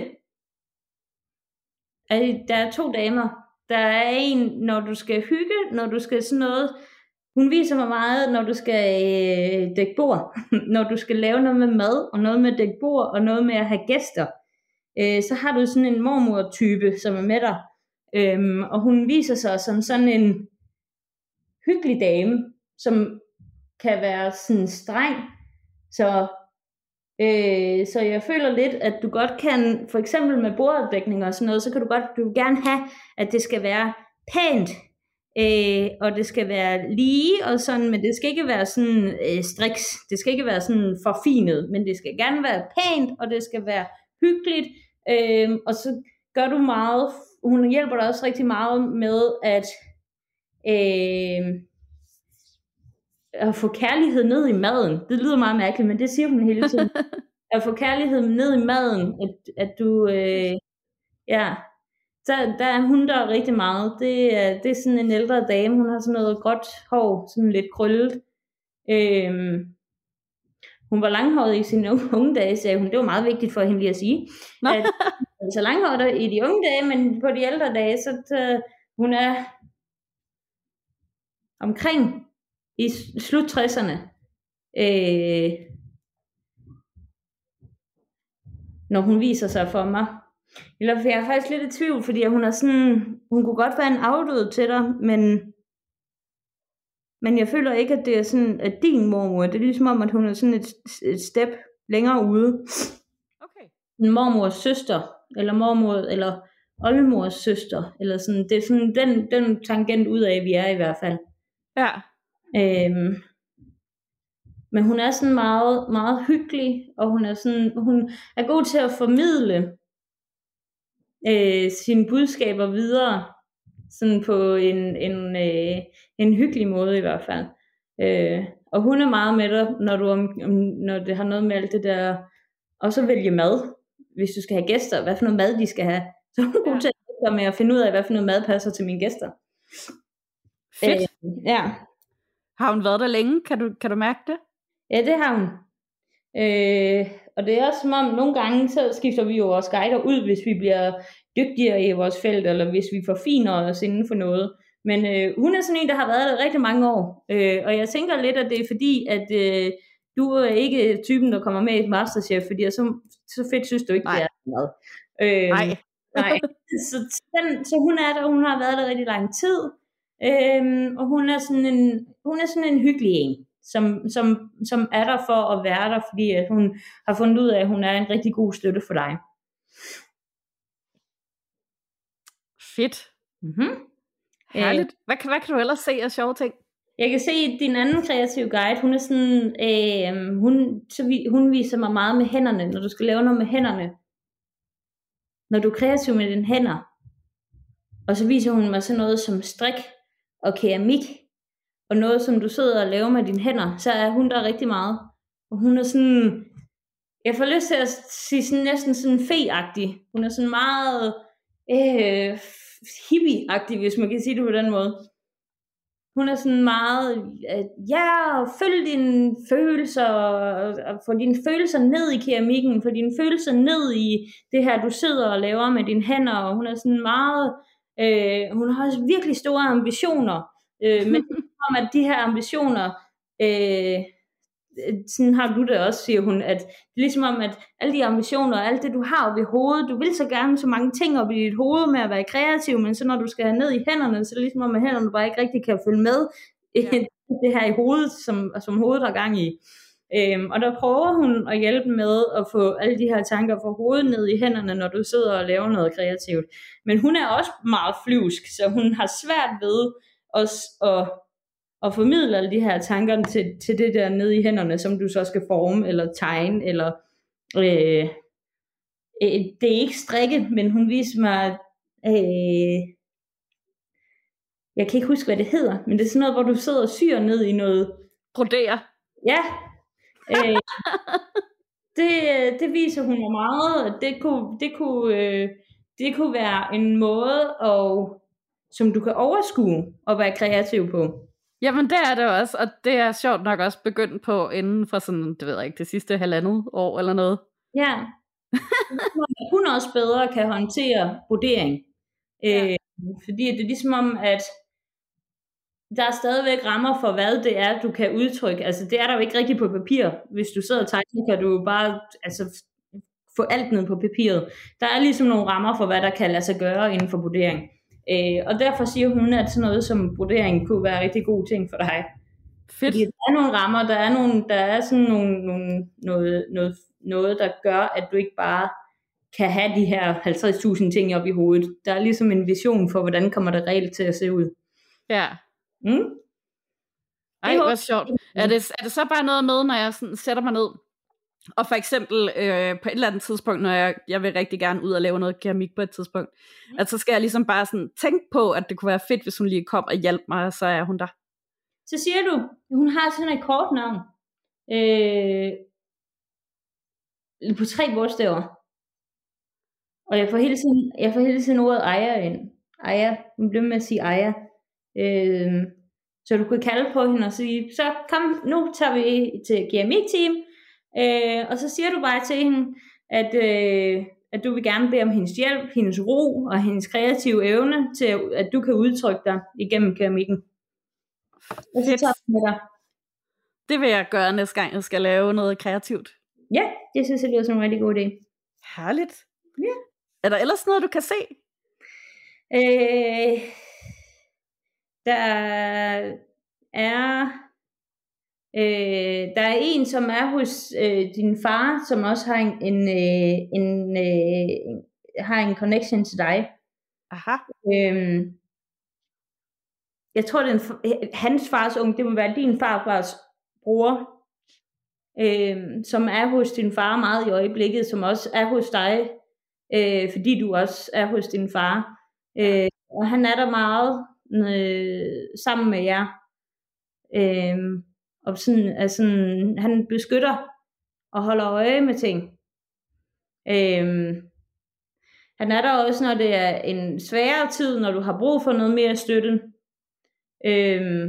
Der er to damer. Der er en, når du skal hygge, når du skal sådan noget. Hun viser mig meget, når du skal øh, dække bord. Når du skal lave noget med mad, og noget med dække bord, og noget med at have gæster. Øh, så har du sådan en mormor-type, som er med dig. Øhm, og hun viser sig som sådan en hyggelig dame, som kan være sådan streng. Så, øh, så jeg føler lidt, at du godt kan, for eksempel med borddækning og sådan noget, så kan du godt, du vil gerne have, at det skal være pænt, øh, og det skal være lige og sådan, men det skal ikke være sådan øh, striks, det skal ikke være sådan forfinet, men det skal gerne være pænt, og det skal være hyggeligt, øh, og så gør du meget, hun hjælper dig også rigtig meget med at øh, at få kærlighed ned i maden. Det lyder meget mærkeligt, men det siger hun hele tiden. At få kærlighed ned i maden, at, at du, øh, ja, der, der er hun der rigtig meget. Det er, det er sådan en ældre dame, hun har sådan noget gråt hår, sådan lidt krøllet. Øhm, hun var langhåret i sine unge dage, sagde hun. Det var meget vigtigt for hende lige at sige. At, så langhåret i de unge dage, men på de ældre dage, så at, hun er omkring i slut tresserne. Øh, når hun viser sig for mig. Eller for jeg er faktisk lidt i tvivl, fordi hun er sådan, hun kunne godt være en afdød til dig, men men jeg føler ikke, at det er sådan, at din mormor, det er ligesom om, at hun er sådan et, et step længere ude. Okay. En mormors søster, eller mormor, eller oldemors søster, eller sådan, det er sådan den, den tangent ud af, vi er i hvert fald. Ja. Øhm, men hun er sådan meget, meget hyggelig, og hun er sådan, hun er god til at formidle øh, sine budskaber videre, sådan på en, en, øh, en hyggelig måde i hvert fald. Øh, og hun er meget med dig, når, du, om, når det har noget med alt det der, og så vælge mad, hvis du skal have gæster, hvad for noget mad de skal have. Så er hun god til at med at finde ud af, hvad for noget mad passer til mine gæster. Fedt. Øh, ja. Har hun været der længe? Kan du, kan du mærke det? Ja, det har hun. Øh, og det er også som om, nogle gange, så skifter vi jo vores guider ud, hvis vi bliver dygtigere i vores felt, eller hvis vi forfiner os inden for noget. Men øh, hun er sådan en, der har været der rigtig mange år. Øh, og jeg tænker lidt, at det er fordi, at øh, du er ikke typen, der kommer med i et Masterchef, fordi så, så fedt synes du ikke, Nej. det er noget. Øh, Nej. nej. Så, den, så hun er der, hun har været der rigtig lang tid. Øh, og hun er sådan en, hun er sådan en hyggelig en. Som, som, som er der for at være der, fordi at hun har fundet ud af, at hun er en rigtig god støtte for dig. Fedt. Mm-hmm. Herligt. Hvad, hvad kan du ellers se af sjove ting? Jeg kan se, at din anden kreative guide, hun er sådan, øh, hun, så vi, hun viser mig meget med hænderne, når du skal lave noget med hænderne. Når du er kreativ med dine hænder. Og så viser hun mig sådan noget som strik og keramik. Og noget, som du sidder og laver med dine hænder, så er hun der rigtig meget. Og hun er sådan, jeg får lyst til at sige sådan, næsten sådan fe-agtig. Hun er sådan meget øh, hippie-agtig, hvis man kan sige det på den måde. Hun er sådan meget, øh, ja, følg dine følelser, og få dine følelser ned i keramikken, få dine følelser ned i det her, du sidder og laver med dine hænder. Og hun er sådan meget, øh, hun har også virkelig store ambitioner. Øh, men om at de her ambitioner, øh, sådan har du det også, siger hun, at det er ligesom om, at alle de ambitioner, alt det du har oppe i hovedet, du vil så gerne så mange ting op i dit hoved med at være kreativ, men så når du skal have ned i hænderne, så er det ligesom om, at hænderne bare ikke rigtig kan følge med ja. det her i hovedet, som, som hovedet har gang i. Øhm, og der prøver hun at hjælpe med at få alle de her tanker fra hovedet ned i hænderne, når du sidder og laver noget kreativt. Men hun er også meget flyvsk, så hun har svært ved os at, at formidle alle de her tanker til, til det der nede i hænderne, som du så skal forme, eller tegne, eller øh, øh, det er ikke strikke, men hun viser mig, øh, jeg kan ikke huske, hvad det hedder, men det er sådan noget, hvor du sidder og syr ned i noget. Brodere. Ja, øh, det, det viser hun mig meget, det kunne, det kunne øh, det kunne være en måde, og, som du kan overskue og være kreativ på. Jamen det er det også, og det er sjovt nok også begyndt på inden for sådan, det ved jeg ikke, det sidste halvandet år eller noget. Ja, hun også bedre kan håndtere vurdering. Ja. Øh, fordi det er ligesom om, at der er stadigvæk rammer for, hvad det er, du kan udtrykke. Altså det er der jo ikke rigtigt på papir. Hvis du sidder og tegner, kan du bare altså, få alt ned på papiret. Der er ligesom nogle rammer for, hvad der kan lade sig gøre inden for vurdering. Øh, og derfor siger hun, at sådan noget som vurdering kunne være en rigtig god ting for dig. Fedt. Fordi der er nogle rammer, der er, nogle, der er sådan nogle, nogle, noget, noget, noget, der gør, at du ikke bare kan have de her halvtreds tusind ting op i hovedet. Der er ligesom en vision for, hvordan kommer det reelt til at se ud. Ja. Mm? Ej, hvor sjovt. Er det, er det så bare noget med, når jeg sådan sætter mig ned, og for eksempel øh, på et eller andet tidspunkt, når jeg, jeg vil rigtig gerne ud og lave noget keramik på et tidspunkt, mm. at så skal jeg ligesom bare sådan tænke på, at det kunne være fedt, hvis hun lige kom og hjalp mig, og så er hun der. Så siger du, hun har sådan et kort navn, øh, på tre bogstaver. Og jeg får hele tiden, jeg får hele tiden ordet Aya ind. Aya, hun bliver med at sige Aya. Øh, så du kan kalde på hende og sige, så kom, nu tager vi til keramikteam. Øh, og så siger du bare til hende, at, øh, at du vil gerne bede om hendes hjælp, hendes ro og hendes kreative evne til, at du kan udtrykke dig igennem keramikken. Og så tager vi med dig. Det vil jeg gøre næste gang, jeg skal lave noget kreativt. Ja, det synes jeg lyder som en rigtig god idé. Herligt. Ja. Er der ellers noget, du kan se? Øh, der er øh, der er en, som er hos øh, din far, som også har en, en, øh, en øh, har en connection til dig. Aha. Øh, jeg tror, det er en, hans fars unge, det må være din farfars bror, øh, som er hos din far meget i øjeblikket, som også er hos dig, øh, fordi du også er hos din far. Øh, og han er der meget øh, sammen med jer. Øh, og sådan, altså, han beskytter og holder øje med ting. Øh, han er der også, når det er en sværere tid, når du har brug for noget mere støtte. Øh,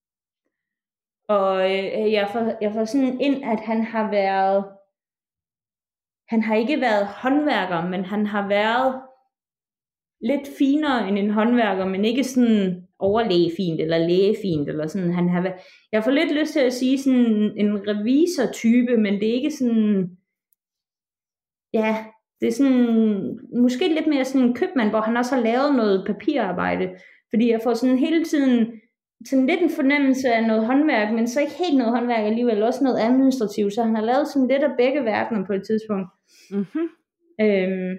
og øh, jeg, får, jeg får sådan ind, at han har været, han har ikke været håndværker, men han har været lidt finere end en håndværker, men ikke sådan overlægefint eller lægefint eller sådan. Han har været, jeg får lidt lyst til at sige sådan en revisor-type, men det er ikke sådan, ja, det er sådan måske lidt mere sådan en købmand, hvor han også har lavet noget papirarbejde, fordi jeg får sådan hele tiden sådan lidt en fornemmelse af noget håndværk, men så ikke helt noget håndværk alligevel, også noget administrativt, så han har lavet sådan lidt af begge verdener på et tidspunkt. Mhm. Øhm,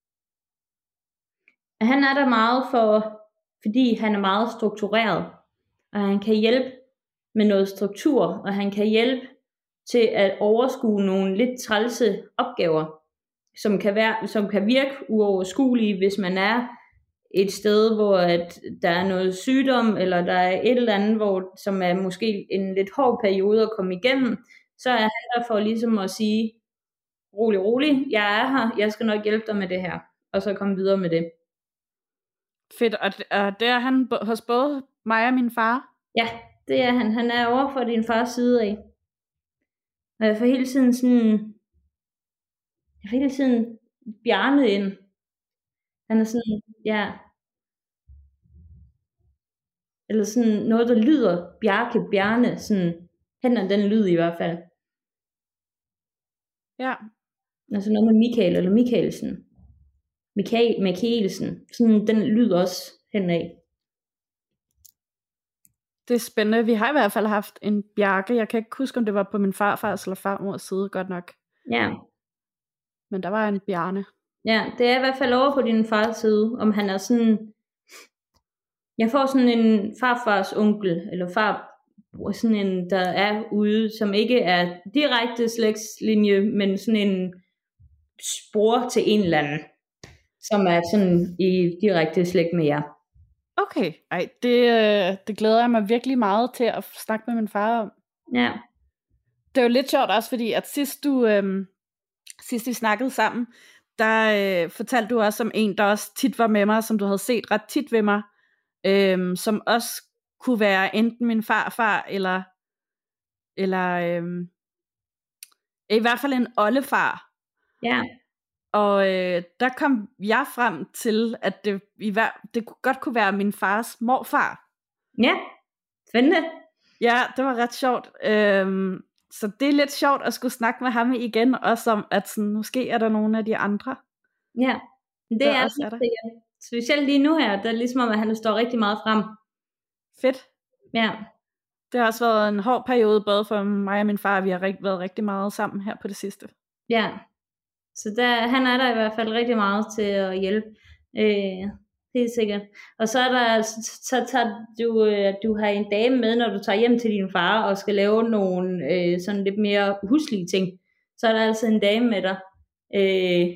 han er der meget for, fordi han er meget struktureret, og han kan hjælpe med noget struktur, og han kan hjælpe til at overskue nogle lidt trælse opgaver, som kan, være, som kan virke uoverskuelige, hvis man er et sted, hvor at der er noget sygdom, eller der er et eller andet, hvor, som er måske en lidt hård periode at komme igennem, så er han der for ligesom at sige, rolig, rolig, jeg er her, jeg skal nok hjælpe dig med det her, og så komme videre med det. Fedt, og det er han hos både mig og min far? Ja, det er han. Han er over for din fars side af. Og jeg får hele tiden sådan, jeg får hele tiden Bjarne ind. Han er sådan, ja, eller sådan noget, der lyder Bjarke, Bjarne, sådan, han er den lyd i hvert fald. Ja. Altså noget med Michael, eller Michaelsen. Michael, Michaelsen, sådan den lyd også henad. Det er spændende. Vi har i hvert fald haft en Bjarke. Jeg kan ikke huske, om det var på min farfars eller farmors side, godt nok. Ja. Men der var en Bjarne. Ja, det er i hvert fald over på din fars side, om han er sådan, jeg får sådan en farfars onkel, eller far, sådan en, der er ude, som ikke er direkte slægtslinje, men sådan en spor til en eller anden, som er sådan i direkte slægt med jer. Okay, ej, det, det glæder jeg mig virkelig meget til at snakke med min far om. Ja. Det er jo lidt sjovt også, fordi at sidst du, øhm, sidst vi snakkede sammen, der øh, fortalte du også om en, der også tit var med mig, som du havde set ret tit ved mig, øh, som også kunne være enten min farfar, eller, eller øh, i hvert fald en oldefar. Ja. Og øh, der kom jeg frem til, at det, i hver, det godt kunne være min fars morfar. Ja, spændende. Ja, det var ret sjovt. Øhm, så det er lidt sjovt at skulle snakke med ham igen, også om, at sådan, måske er der nogle af de andre. Ja, det der er også er der. det. Specielt lige nu her, der er ligesom om, at han står rigtig meget frem. Fedt. Ja. Det har også været en hård periode, både for mig og min far. Vi har rigt- været rigtig meget sammen her på det sidste. Ja, så der, han er der i hvert fald rigtig meget til at hjælpe. Øh, helt sikkert. Og så er der, så tager du, du har en dame med, når du tager hjem til din far, og skal lave nogle øh, sådan lidt mere huslige ting. Så er der altså en dame med dig. Øh,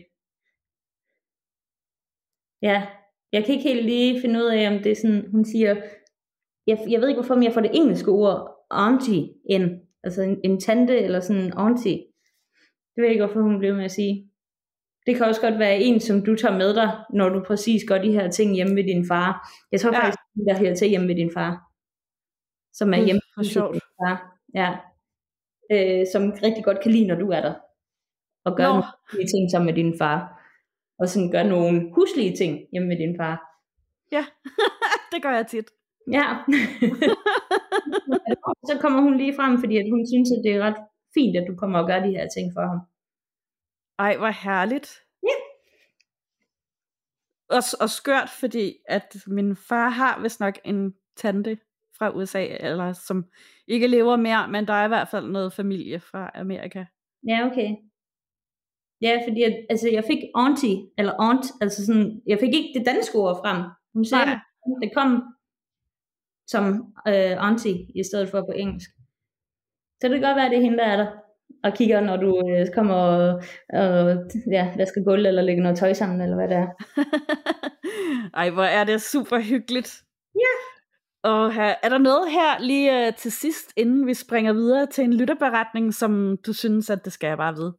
ja, jeg kan ikke helt lige finde ud af, om det er sådan, hun siger, jeg, jeg ved ikke hvorfor, men jeg får det engelske ord auntie ind. Altså en, en tante eller sådan en auntie. Det ved jeg ikke, hvorfor hun blev med at sige. Det kan også godt være en, som du tager med dig, når du præcis gør de her ting hjemme ved din far. Jeg tror ja. faktisk, der hører til hjemme ved din far. Som er hjemme ved din far. Ja. Øh, som rigtig godt kan lide, når du er der. Og gør Nå. nogle ting sammen med din far. Og sådan gør nogle huslige ting hjemme med din far. Ja, det gør jeg tit. Ja. Så kommer hun lige frem, fordi at hun synes, at det er ret fint, at du kommer og gør de her ting for ham. Ej, hvor herligt. Ja. Og, og skørt, fordi at min far har vist nok en tante fra U S A, eller som ikke lever mere, men der er i hvert fald noget familie fra Amerika. Ja, okay. Ja, fordi at, altså, jeg fik auntie, eller aunt, altså sådan, jeg fik ikke det danske ord frem. Hun sagde, Nej. det kom som øh, auntie, i stedet for på engelsk. Så det kan godt være, at det er hende, der er der. Og kigger, når du øh, kommer og, og ja, vasker gulv, eller lægger noget tøj sammen, eller hvad det er. Ej, hvor er det super hyggeligt. Ja. Og her, er der noget her lige øh, til sidst, inden vi springer videre til en lytterberetning, som du synes, at det skal jeg bare vide?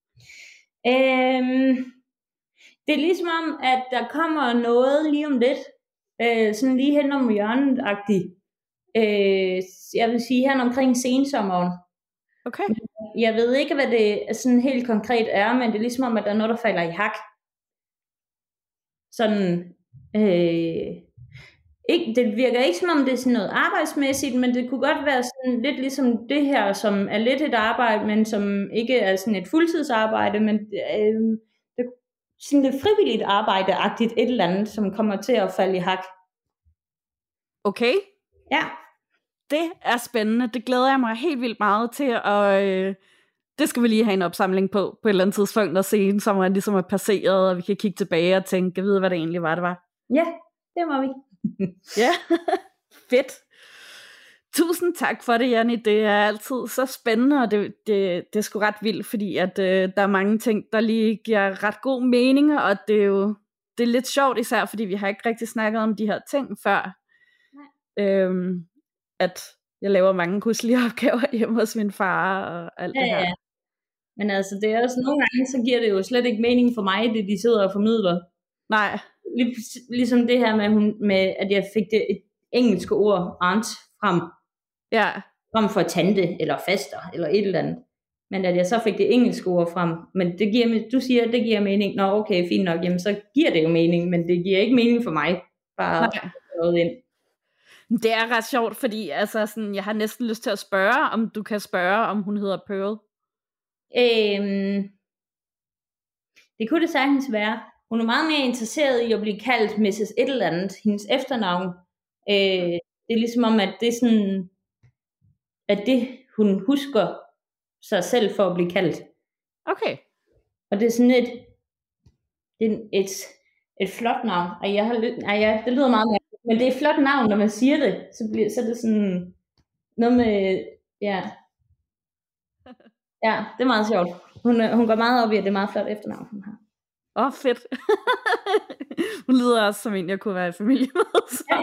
Øhm, det er ligesom om, at der kommer noget lige om lidt. Øh, sådan lige hen om hjørnet-agtigt. Øh, jeg vil sige her omkring sensommeren. Okay. Jeg ved ikke, hvad det sådan helt konkret er, men det er ligesom om, at der er noget, der falder i hak. Sådan, øh, ikke, det virker ikke som om, det er sådan noget arbejdsmæssigt, men det kunne godt være sådan lidt ligesom det her, som er lidt et arbejde, men som ikke er sådan et fuldtidsarbejde, men øh, det er sådan lidt frivilligt arbejde-agtigt et eller andet, som kommer til at falde i hak. Okay. Ja. Det er spændende. Det glæder jeg mig helt vildt meget til, og øh, det skal vi lige have en opsamling på, på et eller andet tidspunkt, og se, som er ligesom er passeret, og vi kan kigge tilbage og tænke, jeg ved, hvad det egentlig var, det var. Ja, det må vi. Ja, fedt. Tusind tak for det, Janni. Det er altid så spændende, og det, det, det er sgu ret vildt, fordi at, øh, der er mange ting, der lige giver ret god mening, og det er jo det er lidt sjovt, især fordi vi har ikke rigtig snakket om de her ting før. Nej. Øhm, at jeg laver mange huslige opgaver hjemme hos min far og alt ja, det her. Ja. Men altså, det er også nogle gange, så giver det jo slet ikke mening for mig, det de sidder og formidler. Nej. Lig, ligesom det her med, hun, med, at jeg fik det et engelske ord, aunt, frem. Ja. Frem for tante, eller faster, eller et eller andet. Men at jeg så fik det engelske ord frem. Men det giver, du siger, at det giver mening. Nå, okay, fint nok. Jamen, så giver det jo mening, men det giver ikke mening for mig. Bare noget ind. Det er ret sjovt, fordi altså, sådan, jeg har næsten lyst til at spørge, om du kan spørge, om hun hedder Pearl. Øhm, det kunne det sagtens være. Hun er meget mere interesseret i at blive kaldt missus et eller andet, hendes efternavn. Øh, det er ligesom om, at det er sådan, at det, hun husker sig selv for at blive kaldt. Okay. Og det er sådan et, det er et, et flot navn. Og jeg har, ej, ja, det lyder meget mere. Men det er et flot navn, når man siger det, så, bliver, så er det sådan noget med, ja, ja, det er meget sjovt. Hun, hun går meget op i, at det er meget flot efternavn, hun har. Åh, oh, fedt. Hun lyder også som en, jeg kunne være i familie med. Åh,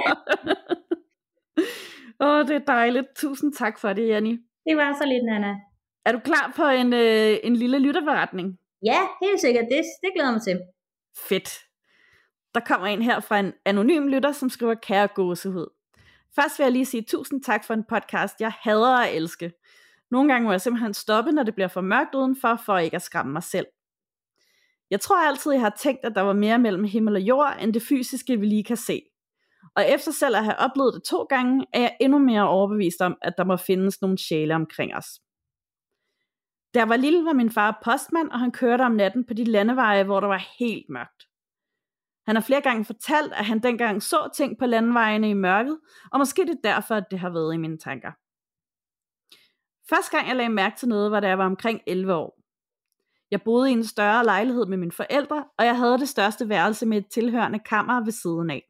oh, det er dejligt. Tusind tak for det, Janni. Det var så lidt, Nana. Er du klar på en, øh, en lille lytterberetning? Ja, helt sikkert. Det, det glæder jeg mig til. Fedt. Der kommer en her fra en anonym lytter, som skriver: kære gåsehud. Først vil jeg lige sige tusind tak for en podcast, jeg hader at elske. Nogle gange må jeg simpelthen stoppe, når det bliver for mørkt udenfor, for ikke at skræmme mig selv. Jeg tror altid, jeg har tænkt, at der var mere mellem himmel og jord, end det fysiske, vi lige kan se. Og efter selv at have oplevet det to gange, er jeg endnu mere overbevist om, at der må findes nogle sjæle omkring os. Da jeg var lille, var min far postmand, og han kørte om natten på de landeveje, hvor der var helt mørkt. Han har flere gange fortalt, at han dengang så ting på landevejene i mørket, og måske det er derfor, at det har været i mine tanker. Første gang jeg lagde mærke til noget, var da jeg var omkring elleve år. Jeg boede i en større lejlighed med mine forældre, og jeg havde det største værelse med et tilhørende kammer ved siden af.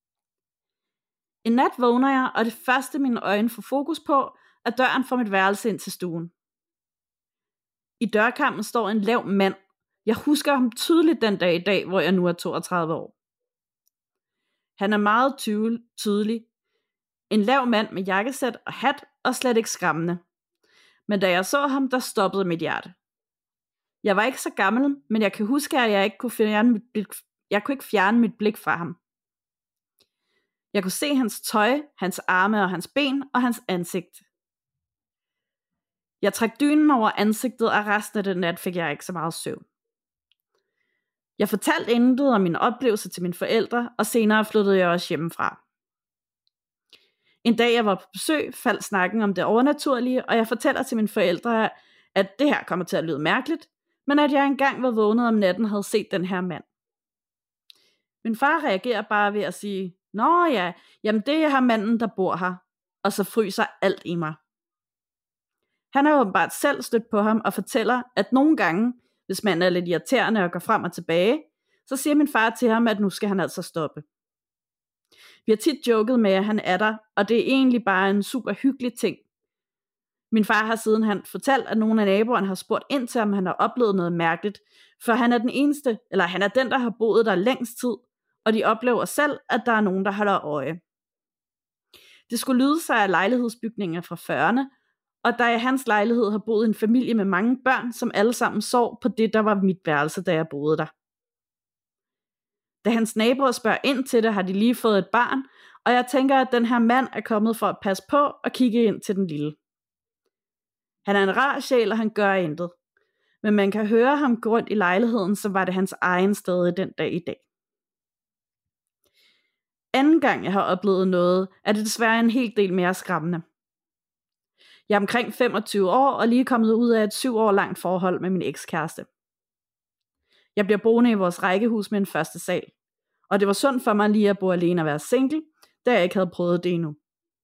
En nat vågner jeg, og det første mine øjne får fokus på, er døren fra mit værelse ind til stuen. I dørkarmen står en lav mand. Jeg husker ham tydeligt den dag i dag, hvor jeg nu er toogtredive år. Han er meget tydelig. En lav mand med jakkesæt og hat, og slet ikke skræmmende. Men da jeg så ham, der stoppede mit hjerte. Jeg var ikke så gammel, men jeg kan huske, at jeg ikke kunne fjerne mit blik, jeg kunne ikke fjerne mit blik fra ham. Jeg kunne se hans tøj, hans arme og hans ben og hans ansigt. Jeg trak dynen over ansigtet, og resten af den nat fik jeg ikke så meget søvn. Jeg fortalte intet om min oplevelse til mine forældre, og senere flyttede jeg også hjemmefra. En dag jeg var på besøg, faldt snakken om det overnaturlige, og jeg fortæller til mine forældre, at det her kommer til at lyde mærkeligt, men at jeg engang var vågnet om natten og havde set den her mand. Min far reagerer bare ved at sige: nå ja, jamen det er her manden, der bor her, og så fryser alt i mig. Han har åbenbart selv stødt på ham og fortæller, at nogle gange, hvis man er lidt irriterende og går frem og tilbage, så siger min far til ham, at nu skal han altså stoppe. Vi har tit joket med, at han er der, og det er egentlig bare en super hyggelig ting. Min far har siden han fortalt, at nogle af naboerne har spurgt ind til, om han har oplevet noget mærkeligt, for han er den eneste, eller han er den, der har boet der længst tid, og de oplever selv, at der er nogen, der holder øje. Det skulle lyde sig af lejlighedsbygninger fra fyrrerne, og der i hans lejlighed har boet en familie med mange børn, som alle sammen sov på det, der var mit værelse, da jeg boede der. Da hans naboer spørger ind til det, har de lige fået et barn, og jeg tænker, at den her mand er kommet for at passe på og kigge ind til den lille. Han er en rar sjæl, og han gør intet. Men man kan høre ham gå rundt i lejligheden, så var det hans egen sted den dag i dag. Anden gang jeg har oplevet noget, er det desværre en hel del mere skræmmende. Jeg er omkring femogtyve år og lige kommet ud af et syv år langt forhold med min ekskæreste. Jeg bliver boende i vores rækkehus med en første sal, og det var sundt for mig lige at bo alene og være single, da jeg ikke havde prøvet det endnu.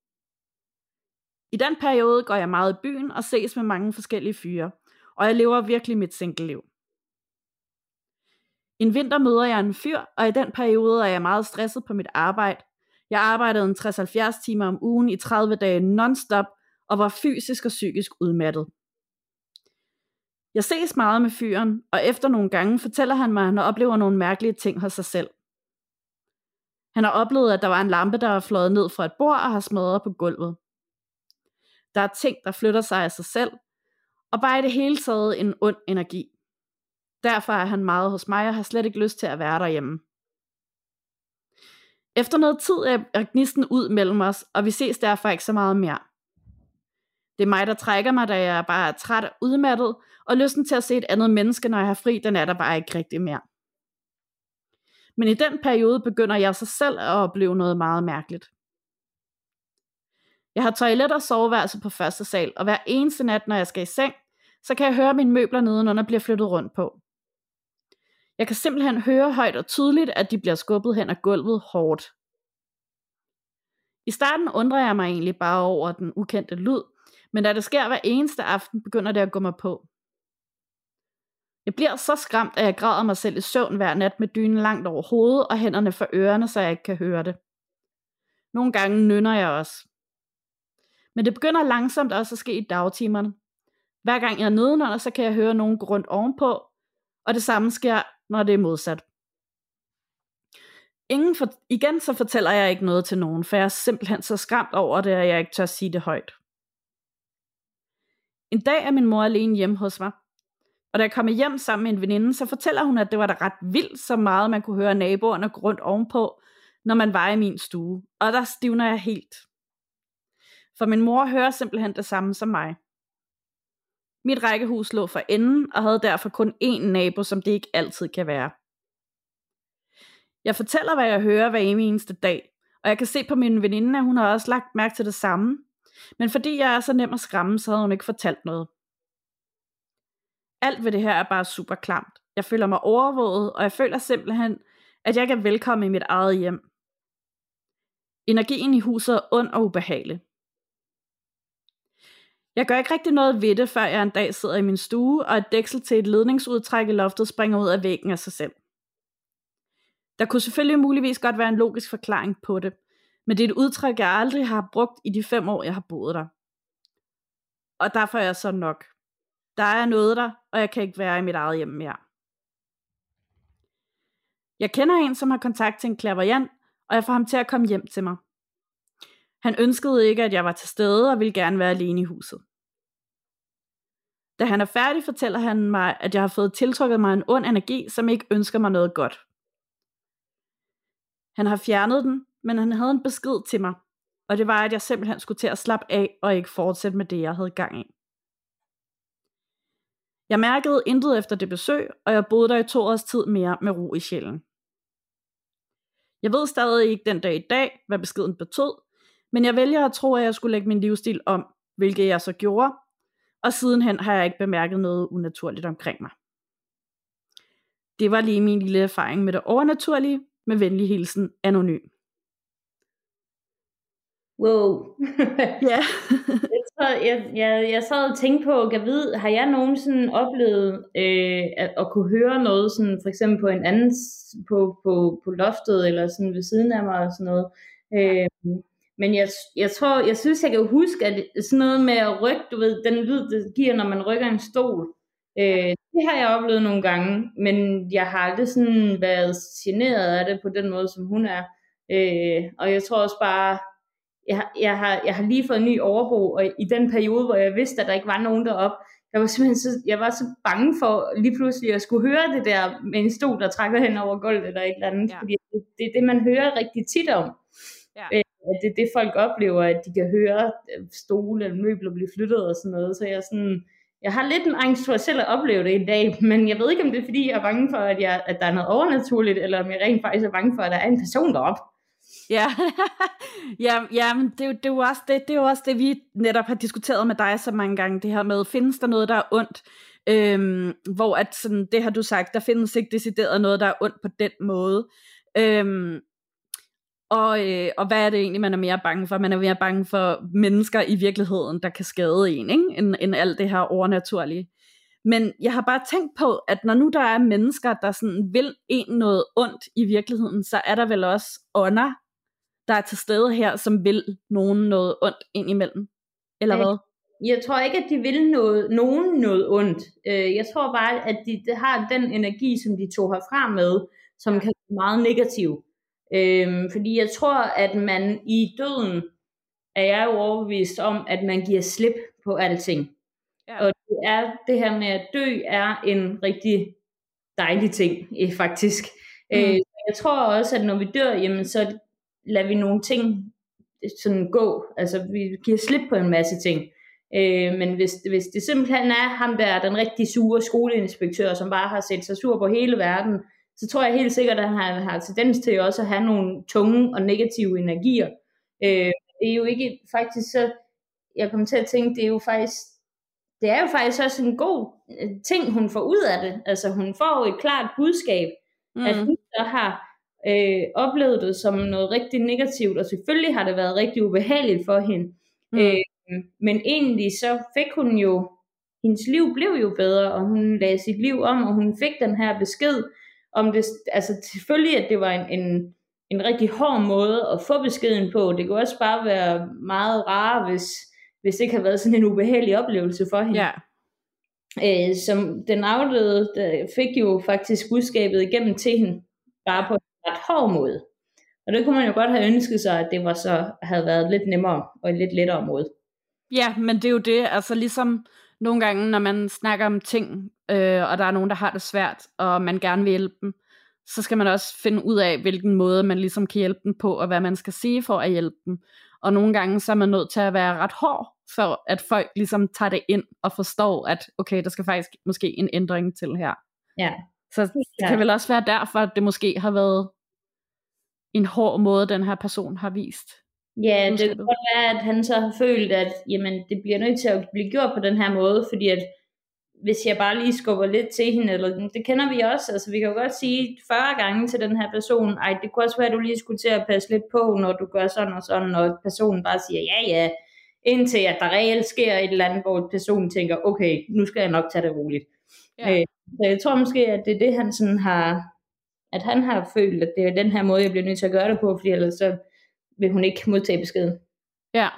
I den periode går jeg meget i byen og ses med mange forskellige fyre, og jeg lever virkelig mit single-liv. En vinter møder jeg en fyr, og i den periode er jeg meget stresset på mit arbejde. Jeg arbejdede en tres til halvfjerds timer om ugen i tredive dage non-stop, og var fysisk og psykisk udmattet. Jeg ses meget med fyren, og efter nogle gange fortæller han mig, at han oplever nogle mærkelige ting hos sig selv. Han har oplevet, at der var en lampe, der var fløjet ned fra et bord og har smadret på gulvet. Der er ting, der flytter sig af sig selv, og bare i det hele taget en ond energi. Derfor er han meget hos mig og har slet ikke lyst til at være derhjemme. Efter noget tid er gnisten ud mellem os, og vi ses derfor ikke så meget mere. Det er mig, der trækker mig, da jeg bare er træt og udmattet, og lysten til at se et andet menneske, når jeg har fri, den er der bare ikke rigtig mere. Men i den periode begynder jeg så selv at opleve noget meget mærkeligt. Jeg har toilet og soveværelse på første sal, og hver eneste nat, når jeg skal i seng, så kan jeg høre mine møbler nedenunder bliver flyttet rundt på. Jeg kan simpelthen høre højt og tydeligt, at de bliver skubbet hen ad gulvet hårdt. I starten undrer jeg mig egentlig bare over den ukendte lyd, men da det sker hver eneste aften, begynder det at gå mig på. Jeg bliver så skræmt, at jeg græder mig selv i søvn hver nat med dynen langt over hovedet og hænderne for ørerne, så jeg ikke kan høre det. Nogle gange nynner jeg også. Men det begynder langsomt også at ske i dagtimerne. Hver gang jeg er nedenunder, så kan jeg høre nogen gå rundt ovenpå, og det samme sker, når det er modsat. Ingen for... Igen så fortæller jeg ikke noget til nogen, for jeg er simpelthen så skræmt over det, at jeg ikke tør sige det højt. En dag er min mor alene hjemme hos mig, Og da jeg kom hjem sammen med en veninde, så fortæller hun, at det var da ret vildt så meget, man kunne høre naboerne gå rundt ovenpå, når man var i min stue. Og der stivner jeg helt. For min mor hører simpelthen det samme som mig. Mit rækkehus lå for enden, og havde derfor kun én nabo, som det ikke altid kan være. Jeg fortæller, hvad jeg hører hver eneste dag, og jeg kan se på min veninde, at hun har også lagt mærke til det samme. Men fordi jeg er så nem at skræmme, så havde hun ikke fortalt noget. Alt ved det her er bare super klamt. Jeg føler mig overvåget, og jeg føler simpelthen, at jeg ikke er velkommen i mit eget hjem. Energien i huset er ond og ubehagelig. Jeg gør ikke rigtig noget ved det, før jeg en dag sidder i min stue, og et dæksel til et ledningsudtræk i loftet springer ud af væggen af sig selv. Der kunne selvfølgelig muligvis godt være en logisk forklaring på det, men det er et udtræk, jeg aldrig har brugt i de fem år, jeg har boet der. Og derfor er jeg så nok. Der er noget der, og jeg kan ikke være i mit eget hjem mere. Jeg kender en, som har kontakt til en clairvoyant, og jeg får ham til at komme hjem til mig. Han ønskede ikke, at jeg var til stede, og ville gerne være alene i huset. Da han er færdig, fortæller han mig, at jeg har fået tiltrukket mig en ond energi, som ikke ønsker mig noget godt. Han har fjernet den, men han havde en besked til mig, og det var, at jeg simpelthen skulle til at slappe af, og ikke fortsætte med det, jeg havde gang i. Jeg mærkede intet efter det besøg, og jeg boede der i to års tid mere med ro i sjælen. Jeg ved stadig ikke den dag i dag, hvad beskeden betød, men jeg vælger at tro, at jeg skulle lægge min livsstil om, hvilket jeg så gjorde, og sidenhen har jeg ikke bemærket noget unaturligt omkring mig. Det var lige min lille erfaring med det overnaturlige, med venlig hilsen, anonym. Wow. Ja. jeg, tror, jeg, jeg, jeg sad og tænkte på, kan vide, har jeg nogensinde oplevet øh, at, at kunne høre noget, sådan, for eksempel på en anden, på, på, på loftet, eller sådan ved siden af mig, og sådan noget. Øh, men jeg, jeg tror, jeg synes, jeg kan huske, at sådan noget med at rykke, du ved, den lyd, det giver, når man rykker en stol, øh, det har jeg oplevet nogle gange, men jeg har aldrig sådan været generet af det på den måde, som hun er. Øh, og jeg tror også bare, Jeg, jeg, har, jeg har lige fået en ny overbo, og i den periode, hvor jeg vidste, at der ikke var nogen deroppe, jeg var simpelthen så, jeg var så bange for lige pludselig at skulle høre det der med en stol, der trækker hen over gulvet eller et eller andet, ja. Fordi det, det er det, man hører rigtig tit om. Ja. Øh, det er det, folk oplever, at de kan høre stole eller møbler blive flyttet og sådan noget, så jeg er sådan, jeg har lidt en angst for selv at opleve det i dag, men jeg ved ikke, om det er fordi, jeg er bange for, at, jeg, at der er noget overnaturligt, eller om jeg rent faktisk er bange for, at der er en person deroppe. Ja, ja, ja, men det, det, er jo også det, det er jo også det, vi netop har diskuteret med dig så mange gange, det her med, findes der noget, der er ondt? Øhm, hvor at sådan, det har du sagt, der findes ikke decideret noget, der er ondt på den måde. Øhm, og, øh, og hvad er det egentlig, man er mere bange for? Man er mere bange for mennesker i virkeligheden, der kan skade en, ikke? End, end alt det her overnaturlige. Men jeg har bare tænkt på, at når nu der er mennesker, der sådan vil en noget ondt i virkeligheden, så er der vel også ånder, der er til stede her, som vil nogen noget ondt ind imellem. Eller hvad? Jeg tror ikke, at de vil noget, nogen noget ondt. Jeg tror bare, at de, de har den energi, som de tog herfra med, som kan være meget negativ. Fordi jeg tror, at man i døden, er jeg jo overbevist om, at man giver slip på alting. Ja. Og det er det her med at dø er en rigtig dejlig ting, faktisk. Mm. Øh, jeg tror også, at når vi dør, jamen, så lader vi nogle ting sådan gå. Altså vi giver slip på en masse ting. Øh, men hvis, hvis det simpelthen er ham der, den rigtig sure skoleinspektør, som bare har set sig sur på hele verden, så tror jeg helt sikkert, at han har, har tendens til også at have nogle tunge og negative energier. Øh, det er jo ikke faktisk så, jeg kommer til at tænke, det er jo faktisk Det er jo faktisk også en god ting, hun får ud af det. Altså hun får jo et klart budskab, mm. at hun så har øh, oplevet det som noget rigtig negativt, og selvfølgelig har det været rigtig ubehageligt for hende. Mm. Øh, men egentlig så fik hun jo, hendes liv blev jo bedre, og hun lagde sit liv om, og hun fik den her besked om det, altså selvfølgelig, at det var en, en, en rigtig hård måde at få beskeden på. Det kunne også bare være meget rart, hvis hvis det ikke har været sådan en ubehagelig oplevelse for hende. Ja. Øh, som den afdøde der fik jo faktisk budskabet igennem til hende, bare på en ret hård måde. Og det kunne man jo godt have ønsket sig, at det var så havde været lidt nemmere og en lidt lettere måde. Ja, men det er jo det, altså ligesom nogle gange, når man snakker om ting øh, og der er nogen, der har det svært, og man gerne vil hjælpe dem, så skal man også finde ud af, hvilken måde man ligesom kan hjælpe dem på, og hvad man skal sige for at hjælpe dem. Og nogle gange så er man nødt til at være ret hård, for at folk ligesom tager det ind og forstår, at okay, der skal faktisk måske en ændring til her. Ja. Så det kan vel også være derfor, at det måske har været en hård måde, den her person har vist. Ja, det kan godt være, at han så har følt, at jamen, det bliver nødt til at blive gjort på den her måde, fordi at hvis jeg bare lige skubber lidt til hende, eller det kender vi også, altså vi kan jo godt sige fyrre gange til den her person, ej, det kunne også være, at du lige skulle til at passe lidt på, når du gør sådan og sådan, og personen bare siger, ja, ja, indtil at der reelt sker et eller andet, hvor personen tænker, okay, nu skal jeg nok tage det roligt. Ja. Øh, så jeg tror måske, at det er det, han sådan har, at han har følt, at det er den her måde, jeg bliver nødt til at gøre det på, fordi ellers så vil hun ikke modtage beskeden. Ja.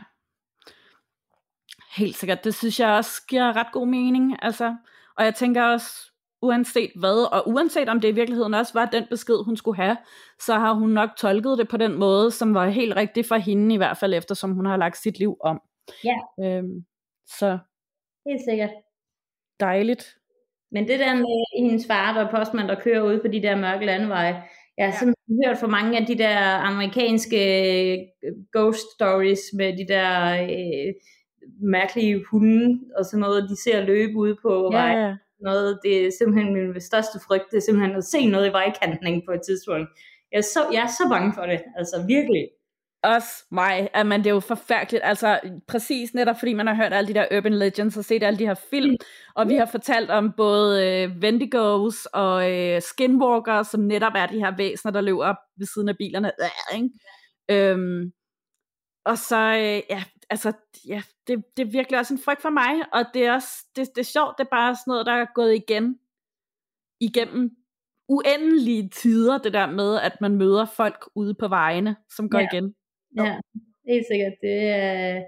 Helt sikkert. Det synes jeg også giver ret god mening. Altså, og jeg tænker også, uanset hvad, og uanset om det i virkeligheden også var den besked, hun skulle have, så har hun nok tolket det på den måde, som var helt rigtig for hende, i hvert fald eftersom hun har lagt sit liv om. Ja. Øhm, så. Helt sikkert. Dejligt. Men det der med hendes far, der er postmand, der kører ud på de der mørke landeveje, jeg har ja. simpelthen hørt for mange af de der amerikanske ghost stories med de der øh, mærkelige hunde og sådan noget, de ser løbe ude på ja, vejen. Ja. Noget, det er simpelthen min største frygt, det er simpelthen at se noget i vejkanten på et tidspunkt. Jeg er, så, jeg er så bange for det, altså virkelig. Også mig, at man, det er jo forfærdeligt, altså præcis netop fordi man har hørt alle de der urban legends og set alle de her film, og vi har fortalt om både øh, Wendigos og øh, skinwalkers, som netop er de her væsener, der løber op ved siden af bilerne, øh, ikke? Øhm, og så, øh, ja, altså, ja, det, det er virkelig også en frygt for mig, og det er også, det, det er sjovt, det er bare sådan noget, der er gået igen, igennem uendelige tider, det der med, at man møder folk ude på vejene, som går ja. igen. Ja, helt sikkert. Det er...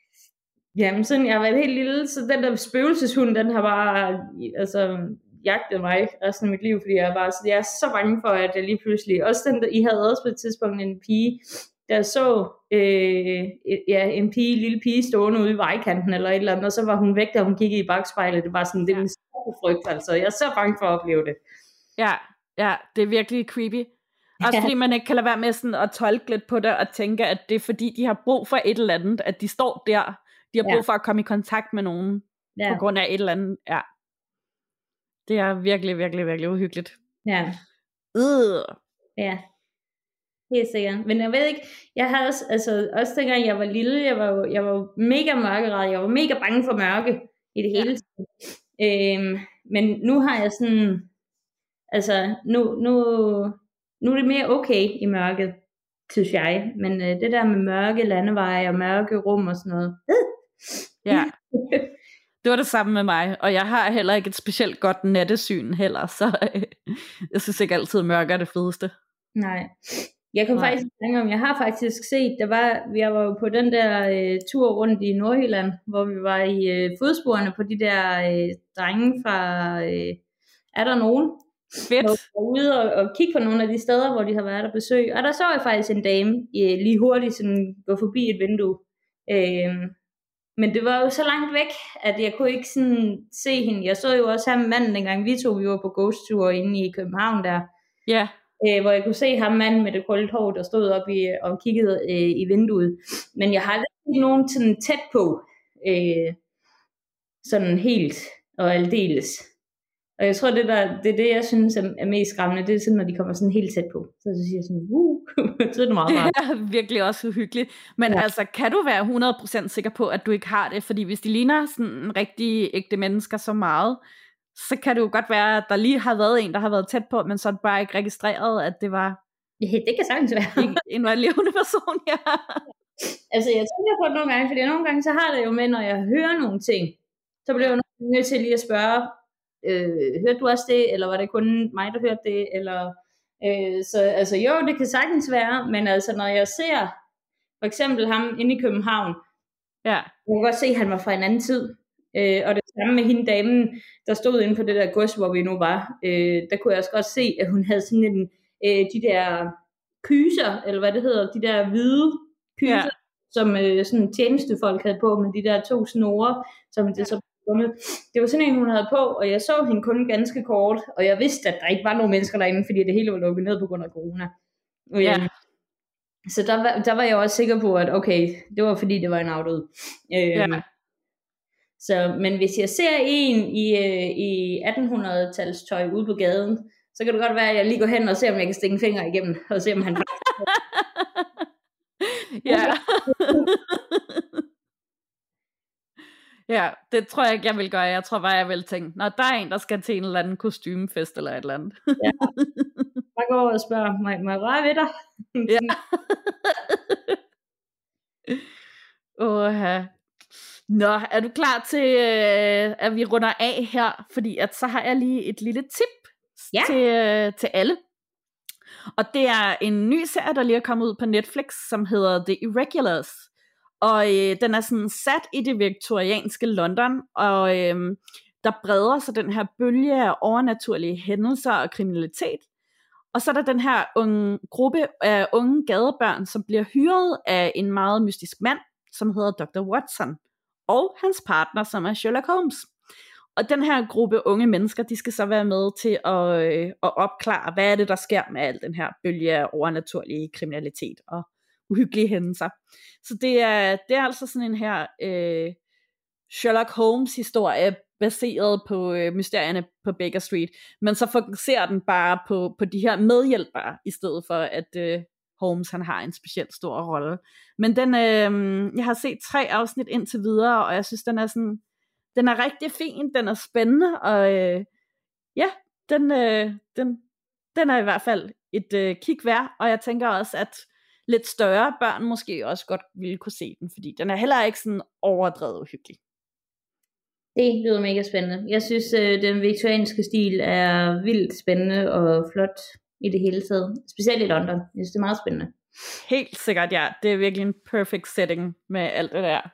Jamen, sådan, jeg har været helt lille, så den der spøgelseshund, den har bare altså, jagtet mig resten af mit liv, fordi jeg, bare, så jeg er så bange for, at jeg lige pludselig... Også den der, I havde også på et tidspunkt en pige, der så øh, ja, en pige, en lille pige stående ude i vejkanten eller et eller andet, og så var hun væk, da hun kiggede i bagspejlet. Det var sådan, det er en stor frygt, altså. Jeg er så bange for at opleve det. Ja, ja, det er virkelig creepy. Også ja. Fordi man ikke kan lade være med sådan at tolke lidt på det, og tænke, at det er fordi, de har brug for et eller andet, at de står der. De har brug ja. for at komme i kontakt med nogen, ja. på grund af et eller andet. Ja. Det er virkelig, virkelig, virkelig uhyggeligt. Ja. Øh. Ja. Helt sikkert. Men jeg ved ikke, jeg har også, altså, også dengang jeg var lille, jeg var jo, jeg var jo mega mørkeret, jeg var mega bange for mørke i det hele. Ja. Øhm, men nu har jeg sådan, altså, nu, nu, nu er det mere okay i mørket, synes jeg. Men øh, det der med mørke landeveje og mørke rum og sådan noget. Ja. Det var det samme med mig, og jeg har heller ikke et specielt godt nattesyn heller, så øh, jeg synes ikke altid, at mørke er det fedeste. Nej. Jeg kan faktisk tænke om, jeg har faktisk set, der var, jeg var jo på den der øh, tur rundt i Nordjylland, hvor vi var i øh, fodsporene på de der øh, drenge fra, øh, er der nogen? Fedt. Hvor vi var ude og, og kigge på nogle af de steder, hvor de har været der besøg, og der så jeg faktisk en dame øh, lige hurtigt sådan, gå forbi et vindue. Øh, men det var jo så langt væk, at jeg kunne ikke sådan se hende. Jeg så jo også ham manden, dengang vi to, vi var på ghost-tur inde i København der. Ja. Yeah. Øh, hvor jeg kunne se ham manden med det krøllet hår, der stod op i, og kiggede øh, i vinduet. Men jeg har aldrig set nogen sådan tæt på, øh, sådan helt og aldeles. Og jeg tror, det, der, det er det, jeg synes er mest skræmmende, det er sådan, når de kommer sådan helt tæt på. Så siger jeg sådan, uh, så er det meget rart. Det er virkelig også uhyggeligt. Men ja. altså, kan du være hundrede procent sikker på, at du ikke har det? Fordi hvis de ligner sådan rigtig ægte mennesker så meget, så kan det jo godt være, at der lige har været en, der har været tæt på, men så er det bare ikke registreret, at det var ja, det kan sagtens være en, en levende person, ja. Altså, jeg tænker på det nogle gange, fordi nogle gange, så har det jo med, når jeg hører nogle ting, så bliver jeg jo nødt til lige at spørge, øh, hørte du også det, eller var det kun mig, der hørte det, eller, øh, så altså jo, det kan sagtens være, men altså, når jeg ser, for eksempel ham inde i København, ja. jeg kan godt se, at han var fra en anden tid, Øh, og det samme med hende damen, der stod inde på det der gods, hvor vi nu var. Øh, der kunne jeg også godt se, at hun havde sådan en, øh, de der kyser, eller hvad det hedder, de der hvide kyser, ja. som øh, sådan tjenestefolk havde på, med de der to snore, som det så Det var sådan en, hun havde på, og jeg så hende kun ganske kort, og jeg vidste, at der ikke var nogen mennesker derinde, fordi det hele var lukket ned på grund af corona. Ja. Øhm, så der var, der var jeg også sikker på, at okay, det var fordi, det var en afdød. Øhm, Ja. Så, men hvis jeg ser en i, øh, i attenhundrede-tals tøj ude på gaden, så kan det godt være, at jeg lige går hen og ser, om jeg kan stikke en finger igennem, og se, om han Ja. Ja, det tror jeg ikke, jeg vil gøre. Jeg tror bare, jeg vil tænke, når der er en, der skal til en eller anden kostymefest eller et eller andet. Ja. Jeg går over og spørger, må, må jeg røre ved dig? Ja. Åh, nå, er du klar til, øh, at vi runder af her? Fordi at så har jeg lige et lille tip Ja. til, øh, til alle. Og det er en ny serie, der lige er kommet ud på Netflix, som hedder The Irregulars. Og øh, den er sådan sat i det viktorianske London, og øh, der breder sig den her bølge af overnaturlige hændelser og kriminalitet. Og så er der den her unge, gruppe af unge gadebørn, som bliver hyret af en meget mystisk mand, som hedder doktor Watson, og hans partner, som er Sherlock Holmes. Og den her gruppe unge mennesker, de skal så være med til at, øh, at opklare, hvad er det, der sker med al den her bølge af overnaturlige kriminalitet og uhyggelige hændelser. Så det er, det er altså sådan en her øh, Sherlock Holmes historie, baseret på øh, mysterierne på Baker Street, men så fokuserer den bare på, på de her medhjælpere, i stedet for at øh, Holmes han har en specielt stor rolle. Men den, øh, jeg har set tre afsnit indtil videre, og jeg synes, den er sådan, den er rigtig fin, den er spændende, og øh, ja, den, øh, den, den er i hvert fald et øh, kig værd, og jeg tænker også, at lidt større børn måske også godt ville kunne se den, fordi den er heller ikke sådan overdrevet hyggelig. Det lyder mega spændende. Jeg synes, øh, den viktorianske stil er vildt spændende og flot i det hele taget. Specielt i London. Jeg synes, det er meget spændende. Helt sikkert, ja. Det er virkelig en perfect setting med alt det der.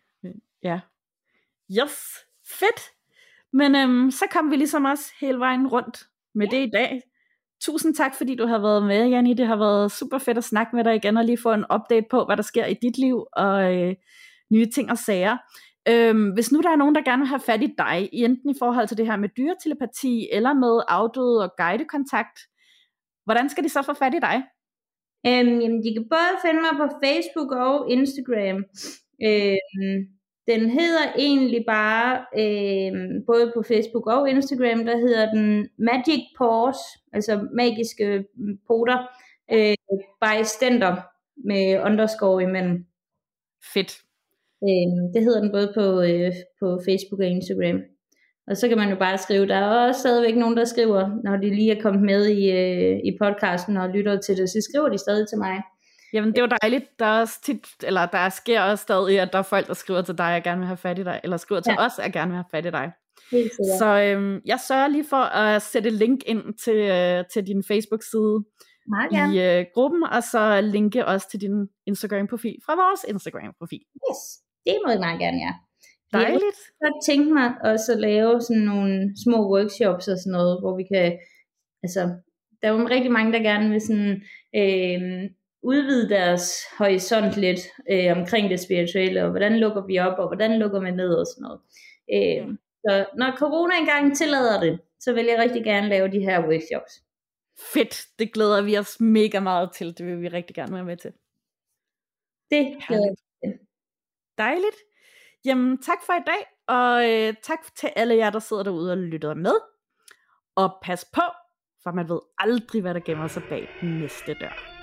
Ja. Yes. Fedt. Men øhm, så kom vi ligesom også hele vejen rundt med det i dag. Tusind tak, fordi du har været med, Janni. Det har været super fedt at snakke med dig igen, og lige få en update på, hvad der sker i dit liv, og øh, nye ting og sager. Øhm, hvis nu der er nogen, der gerne vil have fat i dig, enten i forhold til det her med dyretelepati, eller med afdøde og guidekontakt, hvordan skal de så få fat i dig? Øhm, jamen, de kan både finde mig på Facebook og Instagram. Øhm, den hedder egentlig bare, øhm, både på Facebook og Instagram, der hedder den Magic Paws, altså magiske poter, øh, bystander med underscore imellem. Fedt. Øhm, det hedder den både på, øh, på Facebook og Instagram. Og så kan man jo bare skrive. Der er også stadigvæk nogen, der skriver, når de lige er kommet med i, øh, i podcasten og lytter til det, så skriver de stadig til mig. Jamen det er jo dejligt. Der er også tit, eller der sker også stadig, at der er folk, der skriver til dig, at gerne vil have fat i dig, eller skriver til ja. os, at gerne vil have fat i dig. Så øhm, jeg sørger lige for at sætte link ind til, øh, til din Facebook-side i øh, gruppen, og så linke også til din Instagram-profil fra vores Instagram-profil. Yes, det må jeg meget gerne, ja. Dejligt. Jeg har tænkt mig også at lave sådan nogle små workshops og sådan noget, hvor vi kan, altså, der er jo rigtig mange, der gerne vil sådan, øh, udvide deres horisont lidt øh, omkring det spirituelle, og hvordan lukker vi op, og hvordan lukker man ned og sådan noget. Øh, ja. Så når corona engang tillader det, så vil jeg rigtig gerne lave de her workshops. Fedt, det glæder vi os mega meget til, det vil vi rigtig gerne være med til. Det glæder jeg til. Dejligt. Jamen tak for i dag, og øh, tak til alle jer, der sidder derude og lytter med. Og pas på, for man ved aldrig, hvad der gemmer sig bag den næste dør.